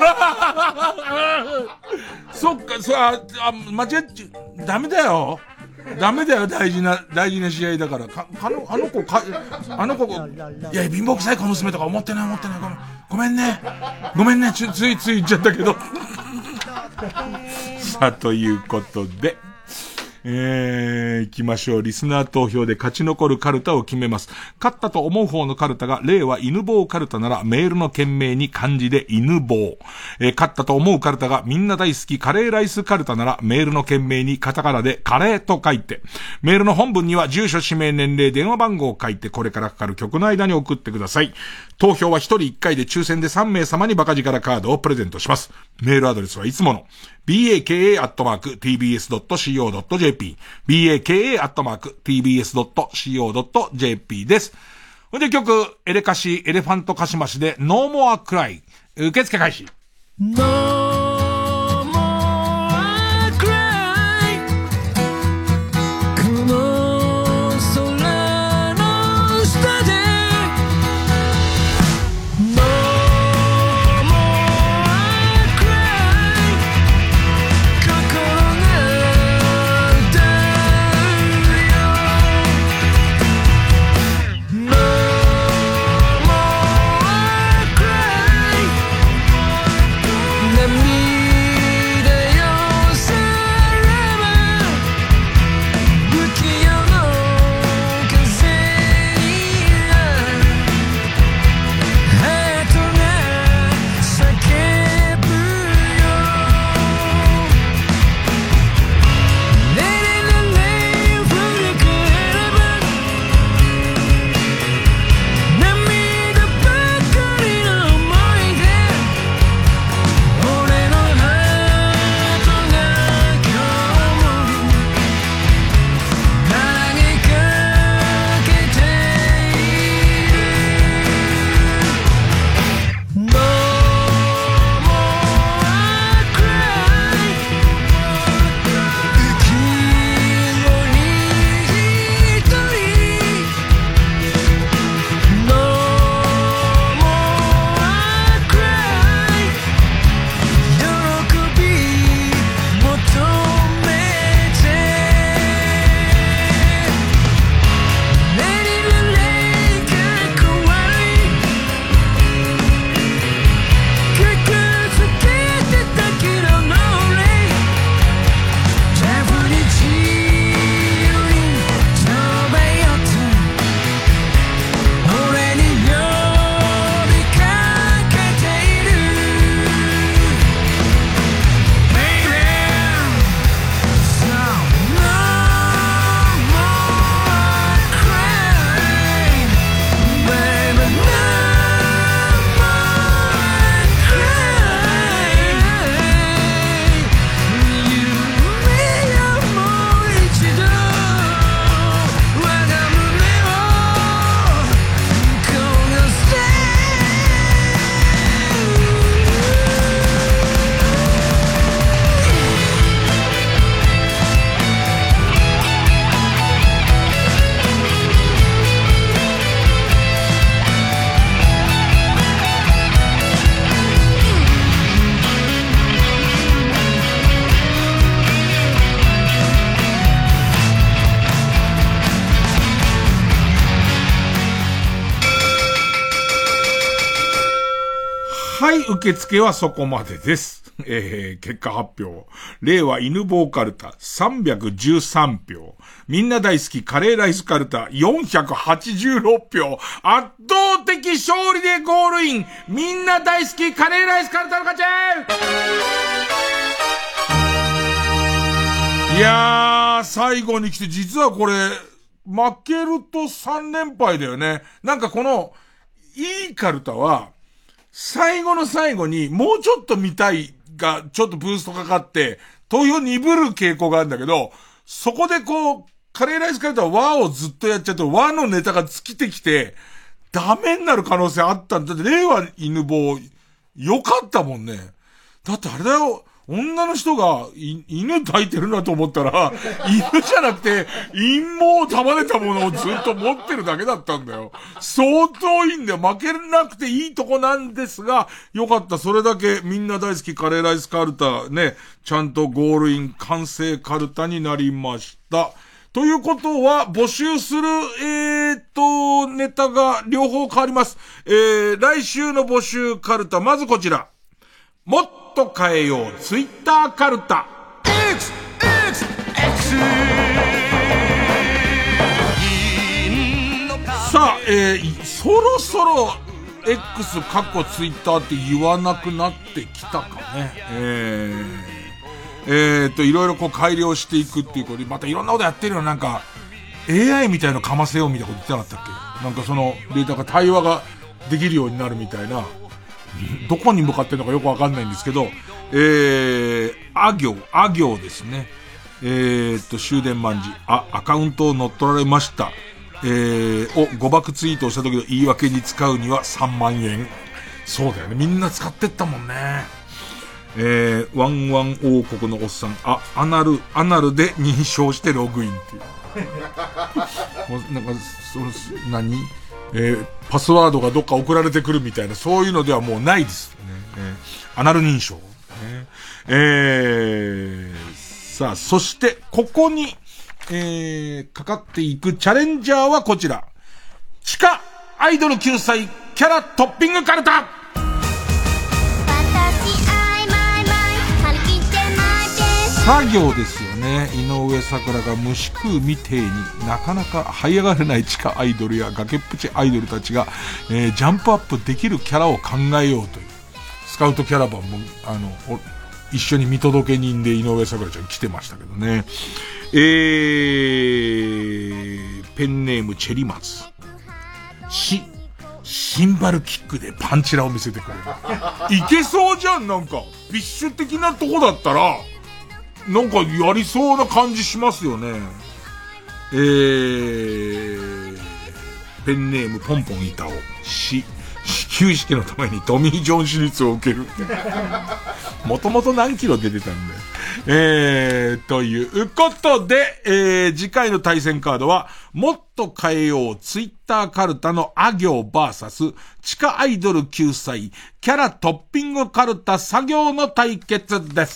そっか、そあ、あ、間違っちゃ、ダメだよ。ダメだよ、大事な、大事な試合だから。か、あの、あの子、か、あの子、いや、貧乏臭い小娘とか思ってない思ってない。ごめん、ごめんね。ごめんね、つ、ついつい言っちゃったけど。さあ、ということで。えー、行きましょう。リスナー投票で勝ち残るカルタを決めます。勝ったと思う方のカルタが、例は犬棒カルタならメールの件名に漢字で犬棒。えー、勝ったと思うカルタがみんな大好きカレーライスカルタならメールの件名にカタカナでカレーと書いて、メールの本文には住所、氏名、年齢、電話番号を書いてこれからかかる曲の間に送ってください。投票はひとりいっかいで抽選でさんめい様にバカ力カードをプレゼントします。メールアドレスはいつもの ビーエーケーエー アットマーク ティービーエス ドット シーオー ドット ジェーピー ビーエーケーエー アットマーク ティービーエス ドット シーオー ドット ジェーピー です。ほんで曲、エレカシ、エレファントカシマシで No More Cry。受付開始。Noはい、受付はそこまでです。えー、結果発表。令和犬棒カルタさんびゃくじゅうさんぴょう。みんな大好きカレーライスカルタよんひゃくはちじゅうろくぴょう。圧倒的勝利でゴールイン。みんな大好きカレーライスカルタの勝ち。いやー、最後に来て実はこれ、負けるとさんれんぱいだよね。なんかこの、いいカルタは、最後の最後にもうちょっと見たいがちょっとブーストかかって投票鈍る傾向があるんだけど、そこでこうカレーライスカルタは和をずっとやっちゃうと和のネタが尽きてきてダメになる可能性あったんだって。令和犬棒良かったもんね。 だってあれだよ、女の人がい犬抱いてるなと思ったら、犬じゃなくて陰謀を束ねたものをずっと持ってるだけだったんだよ。相当いいんだよ。負けなくていいとこなんですが、よかった。それだけみんな大好きカレーライスカルタね、ちゃんとゴールイン完成カルタになりました。ということは、募集する、えーっと、ネタが両方変わります。えー、来週の募集カルタ、まずこちら。もっと変えよう、ツイッターカルタ。X! X! X! さあ、えー、そろそろ X 過去ツイッターって言わなくなってきたかね。えー、えーっと、いろいろこう改良していくっていうことで、またいろんなことやってるよ。なんか、エーアイ みたいのかませようみたいなこと言ってなかったっけ？なんかそのデータが対話ができるようになるみたいな。どこに向かってるのかよくわかんないんですけど、えー、あ行、あ行ですね。えーっと、終電万事。あ、アカウントを乗っ取られました。えー、を誤爆ツイートをした時の言い訳に使うにはさんまんえん。そうだよね。みんな使ってったもんね。えー、ワンワン王国のおっさん。あ、アナル、アナルで認証してログインっていう。なんか、その、何えー、パスワードがどっか送られてくるみたいな、そういうのではもうないですね。えー、アナル認証。ね、えー、さあ、そして、ここに、えー、かかっていくチャレンジャーはこちら。地下アイドル救済キャラトッピングカルタ。作業ですよね。井上咲楽が虫食うみてえになかなか這い上がれない地下アイドルや崖っぷちアイドルたちが、えー、ジャンプアップできるキャラを考えようというスカウトキャラバンもあの一緒に見届け人で井上咲楽ちゃん来てましたけどね。えー、ペンネームチェリマズしシンバルキックでパンチラを見せてくれる。いけそうじゃん。なんかビッシュ的なとこだったらなんかやりそうな感じしますよね。えー、ペンネームポンポン板尾し始球式のためにトミー・ジョン手術を受けるってもともと何キロ出てたんで、えー、ということで、えー、次回の対戦カードはもっと変えようツイッターカルタのあ行 ブイエス 地下アイドル救済キャラトッピングカルタ作業の対決です。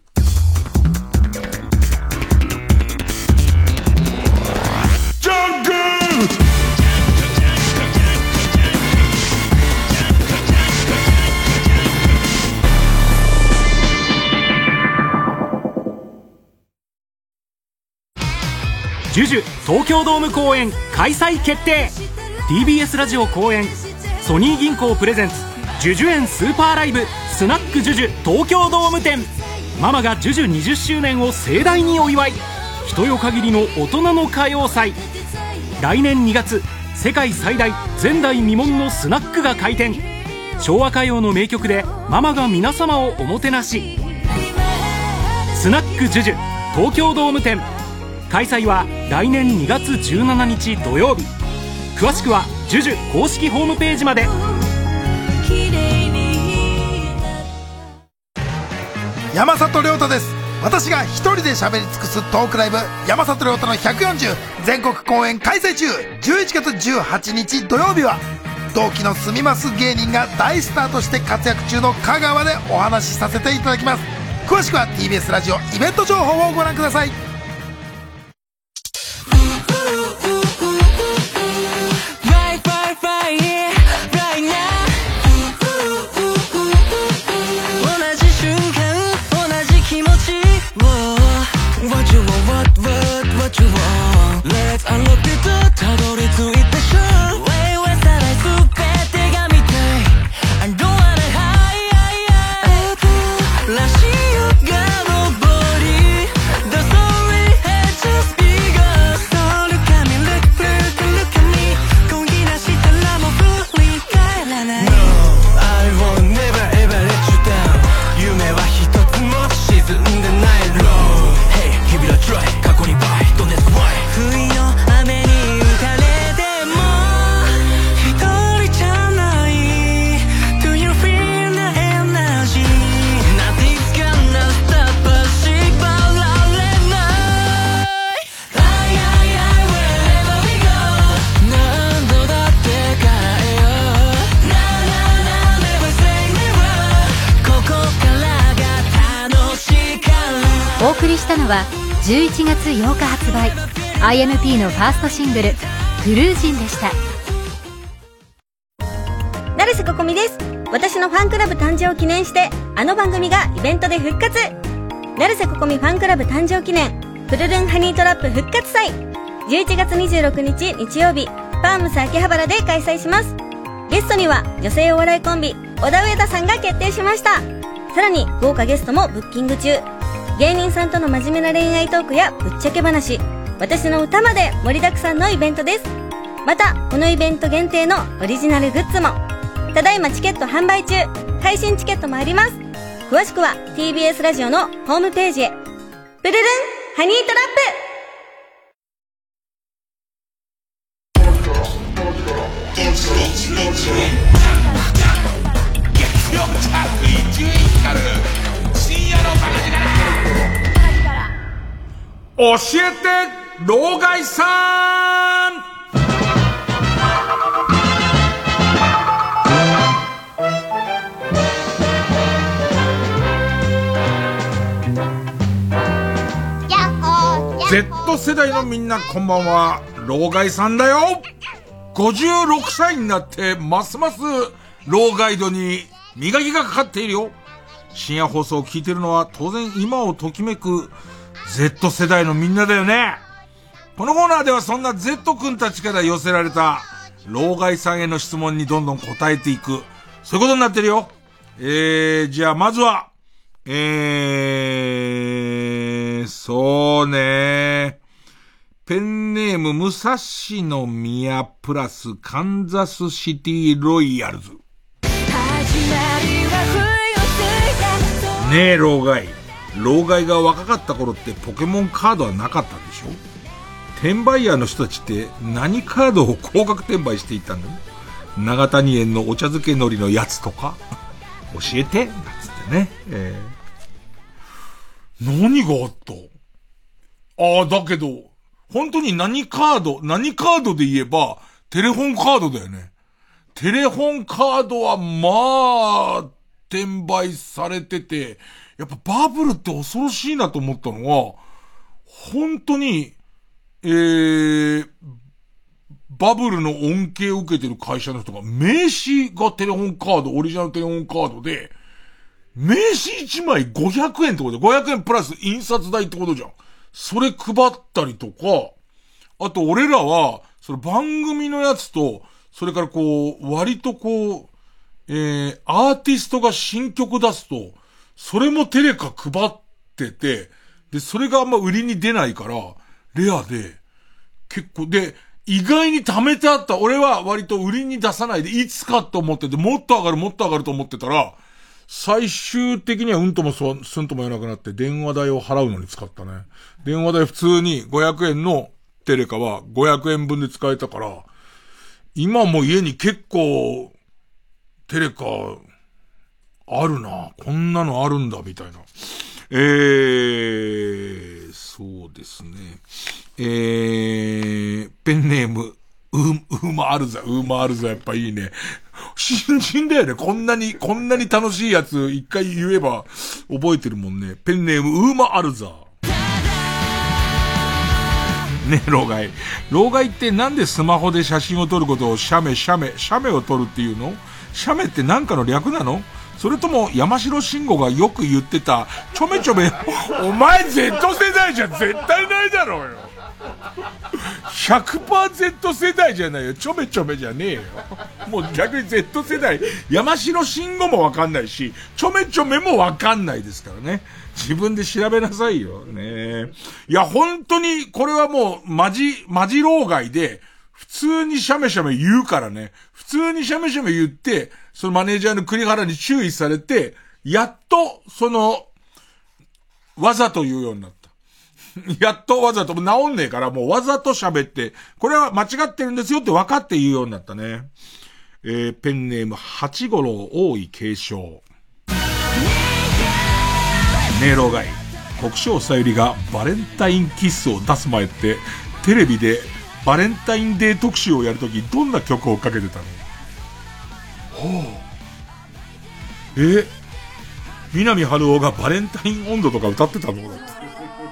ジュジュ東京ドーム公演開催決定。 ティービーエス ラジオ公演ソニー銀行プレゼンツジュジュ園スーパーライブスナックジュジュ東京ドーム店。ママがジュジュにじゅっしゅうねんを盛大にお祝い。人よ限りの大人の歌謡祭。来年にがつ世界最大前代未聞のスナックが開店。昭和歌謡の名曲でママが皆様をおもてなし。スナックジュジュ東京ドーム店開催は来年にがつじゅうしちにち土曜日。詳しくはジュジュ公式ホームページまで。 山里亮太です。私が一人で喋り尽くすトークライブ山里亮太のひゃくよんじゅう全国公演開催中。じゅういちがつじゅうはちにち土曜日は同期の住みます芸人が大スターとして活躍中の香川でお話しさせていただきます。詳しくは ティービーエス ラジオイベント情報をご覧ください。 たどり着いたショー上はさらいすべてが見たい I don't wanna hide らしいよがのボディ The story had just begun So look at me, look, look, look at me 恋なしたらもう振り返らない No, I will never ever let you down 夢は一つも沈んでない Low Hey, give it a try 過去にバイ Don't let it fly 不意の雨に打たれても送りしたのはじゅういちがつようか発売 アイエムピー のファーストシングルクルージンでした。 成瀬ここみです。私のファンクラブ誕生を記念してあの番組がイベントで復活。成瀬ここみファンクラブ誕生記念プルルンハニートラップ復活祭、じゅういちがつにじゅうろくにち日曜日パームス秋葉原で開催します。ゲストには女性お笑いコンビ小田上田さんが決定しました。さらに豪華ゲストもブッキング中。芸人さんとの真面目な恋愛トークやぶっちゃけ話、私の歌まで盛りだくさんのイベントです。またこのイベント限定のオリジナルグッズも。ただいまチケット販売中、配信チケットもあります。詳しくは ティービーエス ラジオのホームページへ。プルルンハニートラップ教えて老害さん。Z 世代のみんなこんばんは、老害さんだよ。ごじゅうろくさいになってますます老害度に磨きがかかっているよ。深夜放送を聞いてるのは当然今をときめく Z 世代のみんなだよね。このコーナーではそんな Z 君たちから寄せられた老害さんへの質問にどんどん答えていく、そういうことになってるよ。えー、じゃあまずはえー、そうね。ペンネーム、武蔵野宮プラスカンザスシティロイヤルズ。ねえ、老害。老害が若かった頃ってポケモンカードはなかったでしょ？転売ヤーの人たちって何カードを高額転売していたの？長谷園のお茶漬け海苔のやつとか教えてなんつってね。えー、何があった？ああ、だけど、本当に何カード、何カードで言えば、テレフォンカードだよね。テレフォンカードは、まあ、転売されてて、やっぱバブルって恐ろしいなと思ったのは、本当に、えー、バブルの恩恵を受けてる会社の人が、名刺がテレフォンカード、オリジナルテレフォンカードで、名刺いちまいごひゃくえんってことで、ごひゃくえんプラス印刷代ってことじゃん。それ配ったりとか、あと俺らは、その番組のやつと、それからこう、割とこう、えー、アーティストが新曲出すと、それもテレカ配ってて、で、それがあんま売りに出ないから、レアで、結構、で、意外に貯めてあった、俺は割と売りに出さないで、いつかと思ってて、もっと上がるもっと上がると思ってたら、最終的にはうんともすんとも言わなくなって電話代を払うのに使ったね。電話代普通にごひゃくえんのテレカはごひゃくえんぶんで使えたから、今も家に結構テレカあるな、こんなのあるんだみたいな。えー、そうですね。えー、ペンネームウー、ウーマアルザ、ウーマアルザやっぱいいね。新人だよね。こんなに、こんなに楽しいやつ一回言えば覚えてるもんね。ペンネームウーマアルザ。ねえ、老害。老害ってなんでスマホで写真を撮ることを写メ、写メ、写メを撮るっていうの？写メってなんかの略なの？それとも山城慎吾がよく言ってたちょめちょめお前 Z 世代じゃ絶対ないだろうよ。 ひゃくパーセント 世代じゃないよ。ちょめちょめじゃねえよ。もう逆に Z 世代、山城慎吾もわかんないしちょめちょめもわかんないですからね。自分で調べなさいよね。いや本当にこれはもうマジマジ老害で、普通にシャメシャメ言うからね。普通にシャメシャメ言って、そのマネージャーの栗原に注意されて、やっと、その、わざと言うようになった。やっとわざと、治んねえから、もうわざと喋って、これは間違ってるんですよって分かって言うようになったね。えー、ペンネーム、八五郎大井継承。ねえ、老害。国生さゆりがバレンタインキッスを出す前って、テレビで、バレンタインデー特集をやるときどんな曲をかけてたの？ほう。え？南春夫がバレンタイン温度とか歌ってたの？だって。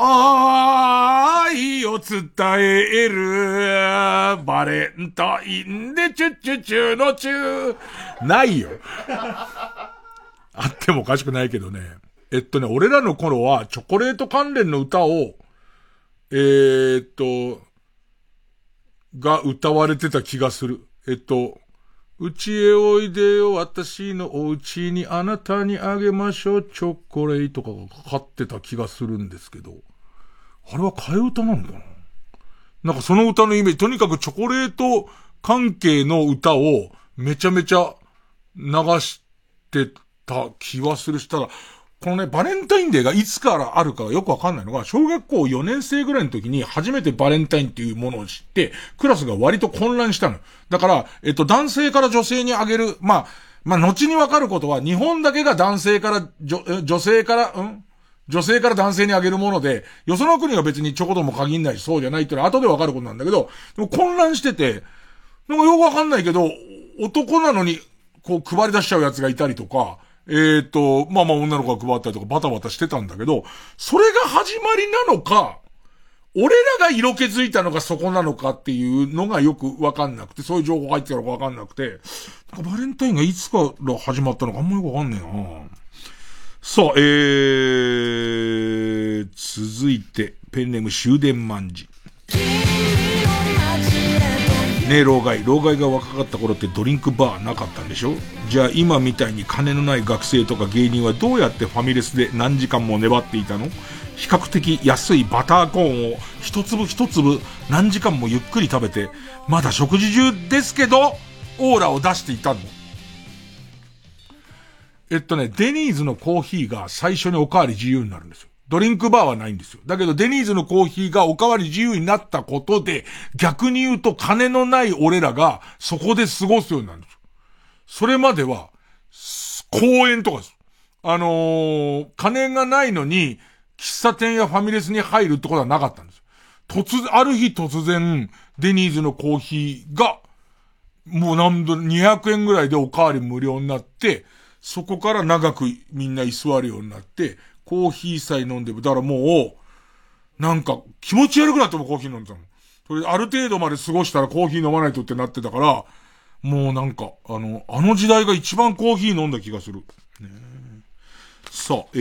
愛を伝えるバレンタインでチュッチュッチュのチュー。ないよ。あってもおかしくないけどね。えっとね、俺らの頃はチョコレート関連の歌を、えー、っと、が歌われてた気がする。えっと、うちへおいでよ、私のお家にあなたにあげましょう、チョコレートとかがかかってた気がするんですけど、あれは替え歌なのかな？なんかその歌のイメージ、とにかくチョコレート関係の歌をめちゃめちゃ流してた気はするしたら、このね、バレンタインデーがいつからあるかよくわかんないのが、小学校よねん生ぐらいの時に初めてバレンタインっていうものを知って、クラスが割と混乱したの。だから、えっと、男性から女性にあげる、まあ、まあ、後にわかることは、日本だけが男性から女、女性から、うん女性から男性にあげるもので、よその国は別にチョコとも限んないし、そうじゃないっていうのは後でわかることなんだけど、でも混乱してて、なんかよくわかんないけど、男なのに、こう配り出しちゃうやつがいたりとか、えーと、まあまあ女の子が配ったりとかバタバタしてたんだけど、それが始まりなのか、俺らが色気づいたのがそこなのかっていうのがよくわかんなくて、そういう情報入ってたのかわかんなくて、なんかバレンタインがいつから始まったのかあんまりよくわかんねえな。さあ、えー、続いて、ペンネーム終電万事。ねえ、老害。老害が若かった頃ってドリンクバーなかったんでしょ？じゃあ今みたいに金のない学生とか芸人はどうやってファミレスで何時間も粘っていたの？比較的安いバターコーンを一粒一粒何時間もゆっくり食べて、まだ食事中ですけど、オーラを出していたの？えっとね、デニーズのコーヒーが最初におかわり自由になるんですよ。ドリンクバーはないんですよ。だけどデニーズのコーヒーがおかわり自由になったことで、逆に言うと金のない俺らがそこで過ごすようになるんですよ。それまでは、公園とかです。あのー、金がないのに、喫茶店やファミレスに入るってことはなかったんですよ。突然、ある日突然、デニーズのコーヒーが、もう何度、にひゃくえんぐらいでおかわり無料になって、そこから長くみんな居座るようになって、コーヒーさえ飲んでも、だからもう、なんか気持ち悪くなってもコーヒー飲んでたの。それである程度まで過ごしたらコーヒー飲まないとってなってたから、もうなんか、あの、あの時代が一番コーヒー飲んだ気がする。ね、さあ、え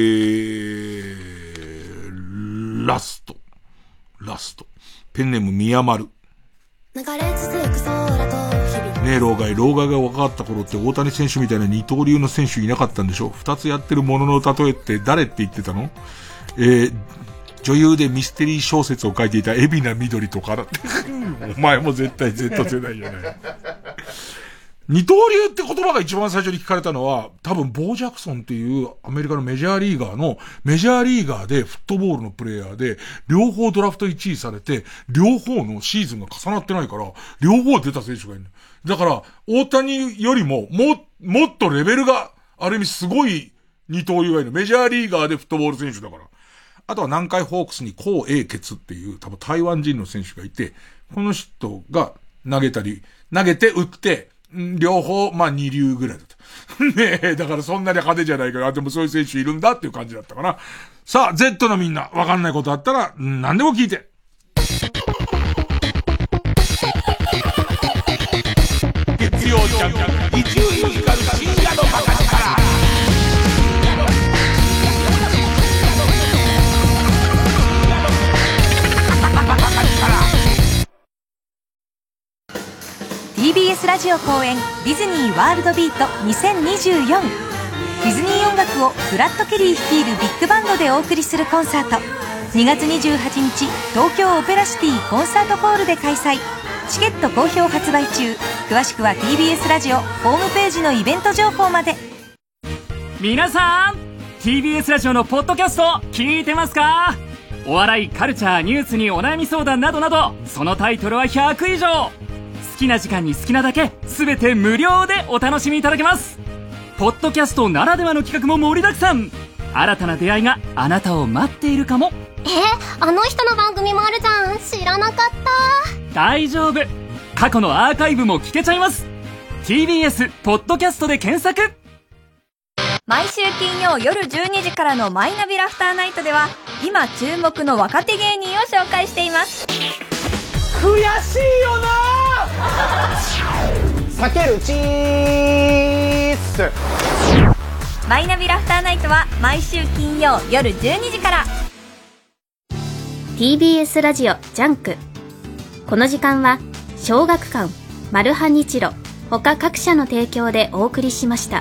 ー、ラスト。ラスト。ペンネーム宮丸。流れ続く空とねえ、老害。老害が若かった頃って大谷選手みたいな二刀流の選手いなかったんでしょ？二つやってるものの例えって誰って言ってたの？えー、女優でミステリー小説を書いていた海老名緑とかだって。お前も絶対 Z 世代じゃない。二刀流って言葉が一番最初に聞かれたのは、多分ボー・ジャクソンっていうアメリカのメジャーリーガーの、メジャーリーガーでフットボールのプレイヤーで、両方ドラフトいちいされて、両方のシーズンが重なってないから、両方出た選手がいる。だから、大谷よりも、も、もっとレベルが、ある意味すごい二刀流がいる。メジャーリーガーでフットボール選手だから。あとは南海ホークスにコウ・エイケツっていう多分台湾人の選手がいて、この人が投げたり、投げて打って、両方、まあ二流ぐらいだった。ねえ、だからそんなに派手じゃないけど、あ、でもそういう選手いるんだっていう感じだったかな。さあ、Z のみんな、わかんないことあったら、何でも聞いて。月曜ジャンク、伊集院光る深夜のバカ力。 ティービーエス ラジオ公演ディズニーワールドビートにせんにじゅうよん。ディズニー音楽をフラット・ケリー率いるビッグバンドでお送りするコンサート、にがつにじゅうはちにち東京オペラシティコンサートホールで開催。チケット好評発売中。詳しくは ティービーエス ラジオホームページのイベント情報まで。 皆さん ティービーエス ラジオのポッドキャスト聞いてますか？お笑い、カルチャー、ニュースにお悩み相談などなど、そのタイトルはひゃくいじょう。好きな時間に好きなだけ全て無料でお楽しみいただけます。ポッドキャストならではの企画も盛りだくさん。新たな出会いがあなたを待っているかも。 え、あの人の番組もあるじゃん。知らなかった。 大丈夫、過去のアーカイブも聞けちゃいます。 ティービーエス ポッドキャストで検索。 毎週金曜夜じゅうにじからのマイナビラフターナイトでは、今注目の若手芸人を紹介しています。 悔しいよな避けるチース。 マイナビラフターナイトは毎週金曜夜じゅうにじから。 ティービーエス ラジオジャンク。この時間は小学館、マルハニチロ他各社の提供でお送りしました。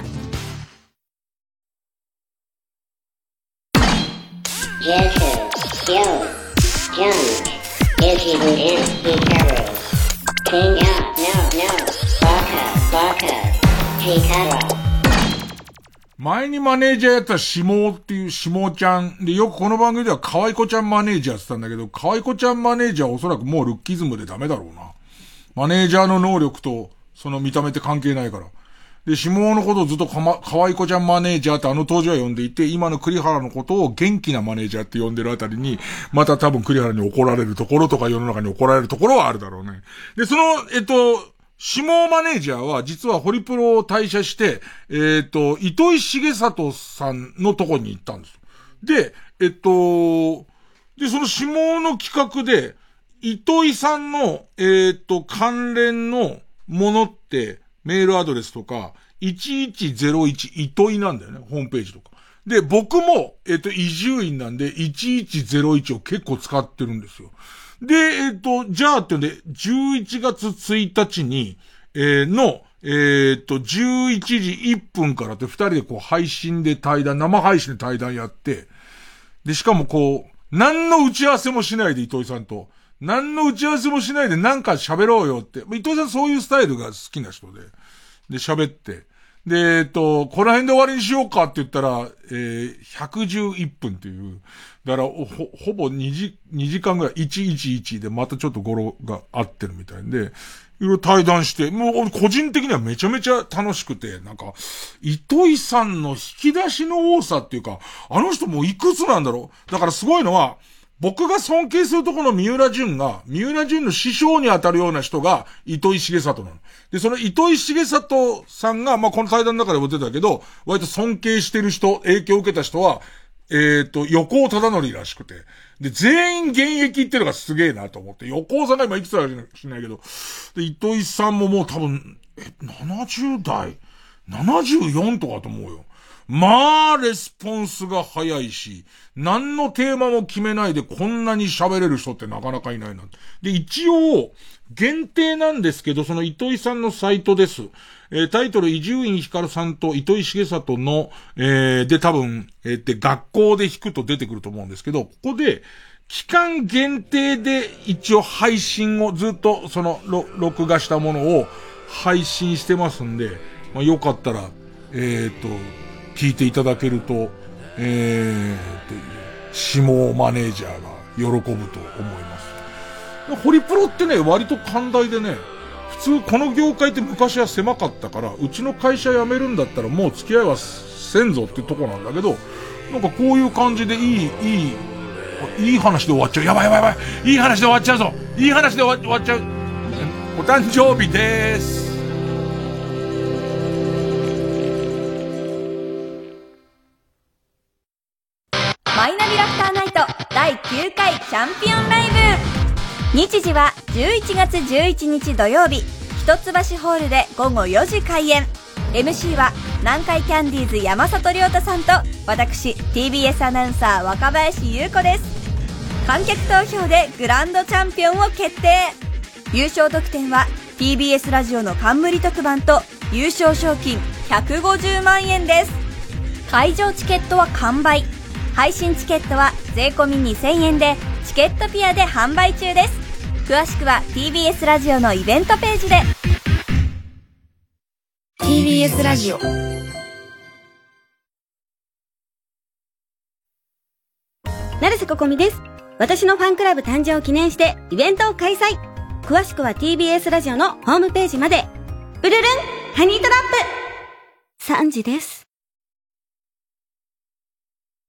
前にマネージャーやったしもうっていうしもうちゃんで、よくこの番組ではかわいこちゃんマネージャーって言ったんだけど、かわいこちゃんマネージャーはおそらくもうルッキズムでダメだろうな。マネージャーの能力とその見た目って関係ないから。で、しもうのことをずっとかま、かわいこちゃんマネージャーってあの当時は呼んでいて、今の栗原のことを元気なマネージャーって呼んでるあたりに、また多分栗原に怒られるところとか世の中に怒られるところはあるだろうね。で、その、えっと、しもうマネージャーは実はホリプロを退社して、えっと、糸井重里さんのとこに行ったんです。で、えっと、で、そのしもうの企画で、糸井さんの、えっと、関連のものって、メールアドレスとか、いちいちゼロいち糸井なんだよね、ホームページとか。で、僕も、えっと、移住院なんで、いちいちゼロいちを結構使ってるんですよ。で、えっと、じゃあってんで、じゅういちがつついたちに、えー、の、えっと、じゅういちじいっぷんからって二人でこう配信で対談、生配信で対談やって、で、しかもこう、何の打ち合わせもしないで糸井さんと、何の打ち合わせもしないでなんか喋ろうよって。伊藤さんそういうスタイルが好きな人で。で、喋って。で、えっと、この辺で終わりにしようかって言ったら、えー、ひゃくじゅういっぷんっていう。だから、ほ、ほぼにじ、にじかんぐらい、いちいちいちでまたちょっと語呂が合ってるみたいで、いろいろ対談して、もう個人的にはめちゃめちゃ楽しくて、なんか、糸井さんの引き出しの多さっていうか、あの人もういくつなんだろう。だからすごいのは、僕が尊敬するところの三浦淳が、三浦淳の師匠に当たるような人が、糸井重里なの。で、その糸井重里さんが、まあ、この対談の中でも出てたけど、割と尊敬してる人、影響を受けた人は、えっと、横尾忠則らしくて。で、全員現役っていうのがすげえなと思って。横尾さんが今いくつあるか知らないけど。で、糸井さんももう多分、え、ななじゅうだい ?ななじゅうよん とかと思うよ。まあ、レスポンスが早いし、何のテーマも決めないでこんなに喋れる人ってなかなかいないな。で、一応、限定なんですけど、その糸井さんのサイトです。えー、タイトル、伊集院光さんと糸井重里の、えー、で多分、えー、で、学校で弾くと出てくると思うんですけど、ここで、期間限定で一応配信をずっと、その、録画したものを配信してますんで、まあ、よかったら、えっと、聞いていただけると、えー、しもうマネージャーが喜ぶと思います。ホリプロってね、割と寛大でね、普通この業界って昔は狭かったから、うちの会社辞めるんだったらもう付き合いはせんぞってとこなんだけど、なんかこういう感じでいい、いい、いい話で終わっちゃう。やばいやばいやばい。いい話で終わっちゃうぞ。いい話で終わ、終わっちゃう。お誕生日でーす。 マイナビラフターナイトだいきゅうかいチャンピオンライブ。日時はじゅういちがつじゅういちにち土曜日、一橋ホールでごごよじ開演。 エムシー は南海キャンディーズ山里亮太さんと私 ティービーエス アナウンサー若林優子です。観客投票でグランドチャンピオンを決定。優勝特典は ティービーエス ラジオの冠特番と優勝賞金ひゃくごじゅうまんえんです。会場チケットは完売、配信チケットは税込みにせんえんでチケットピアで販売中です。詳しくは ティービーエス ラジオのイベントページで。 ティービーエス ラジオ成瀬ここみです。私のファンクラブ誕生を記念してイベントを開催。詳しくは ティービーエス ラジオのホームページまで。うるるんハニートラップさんじです。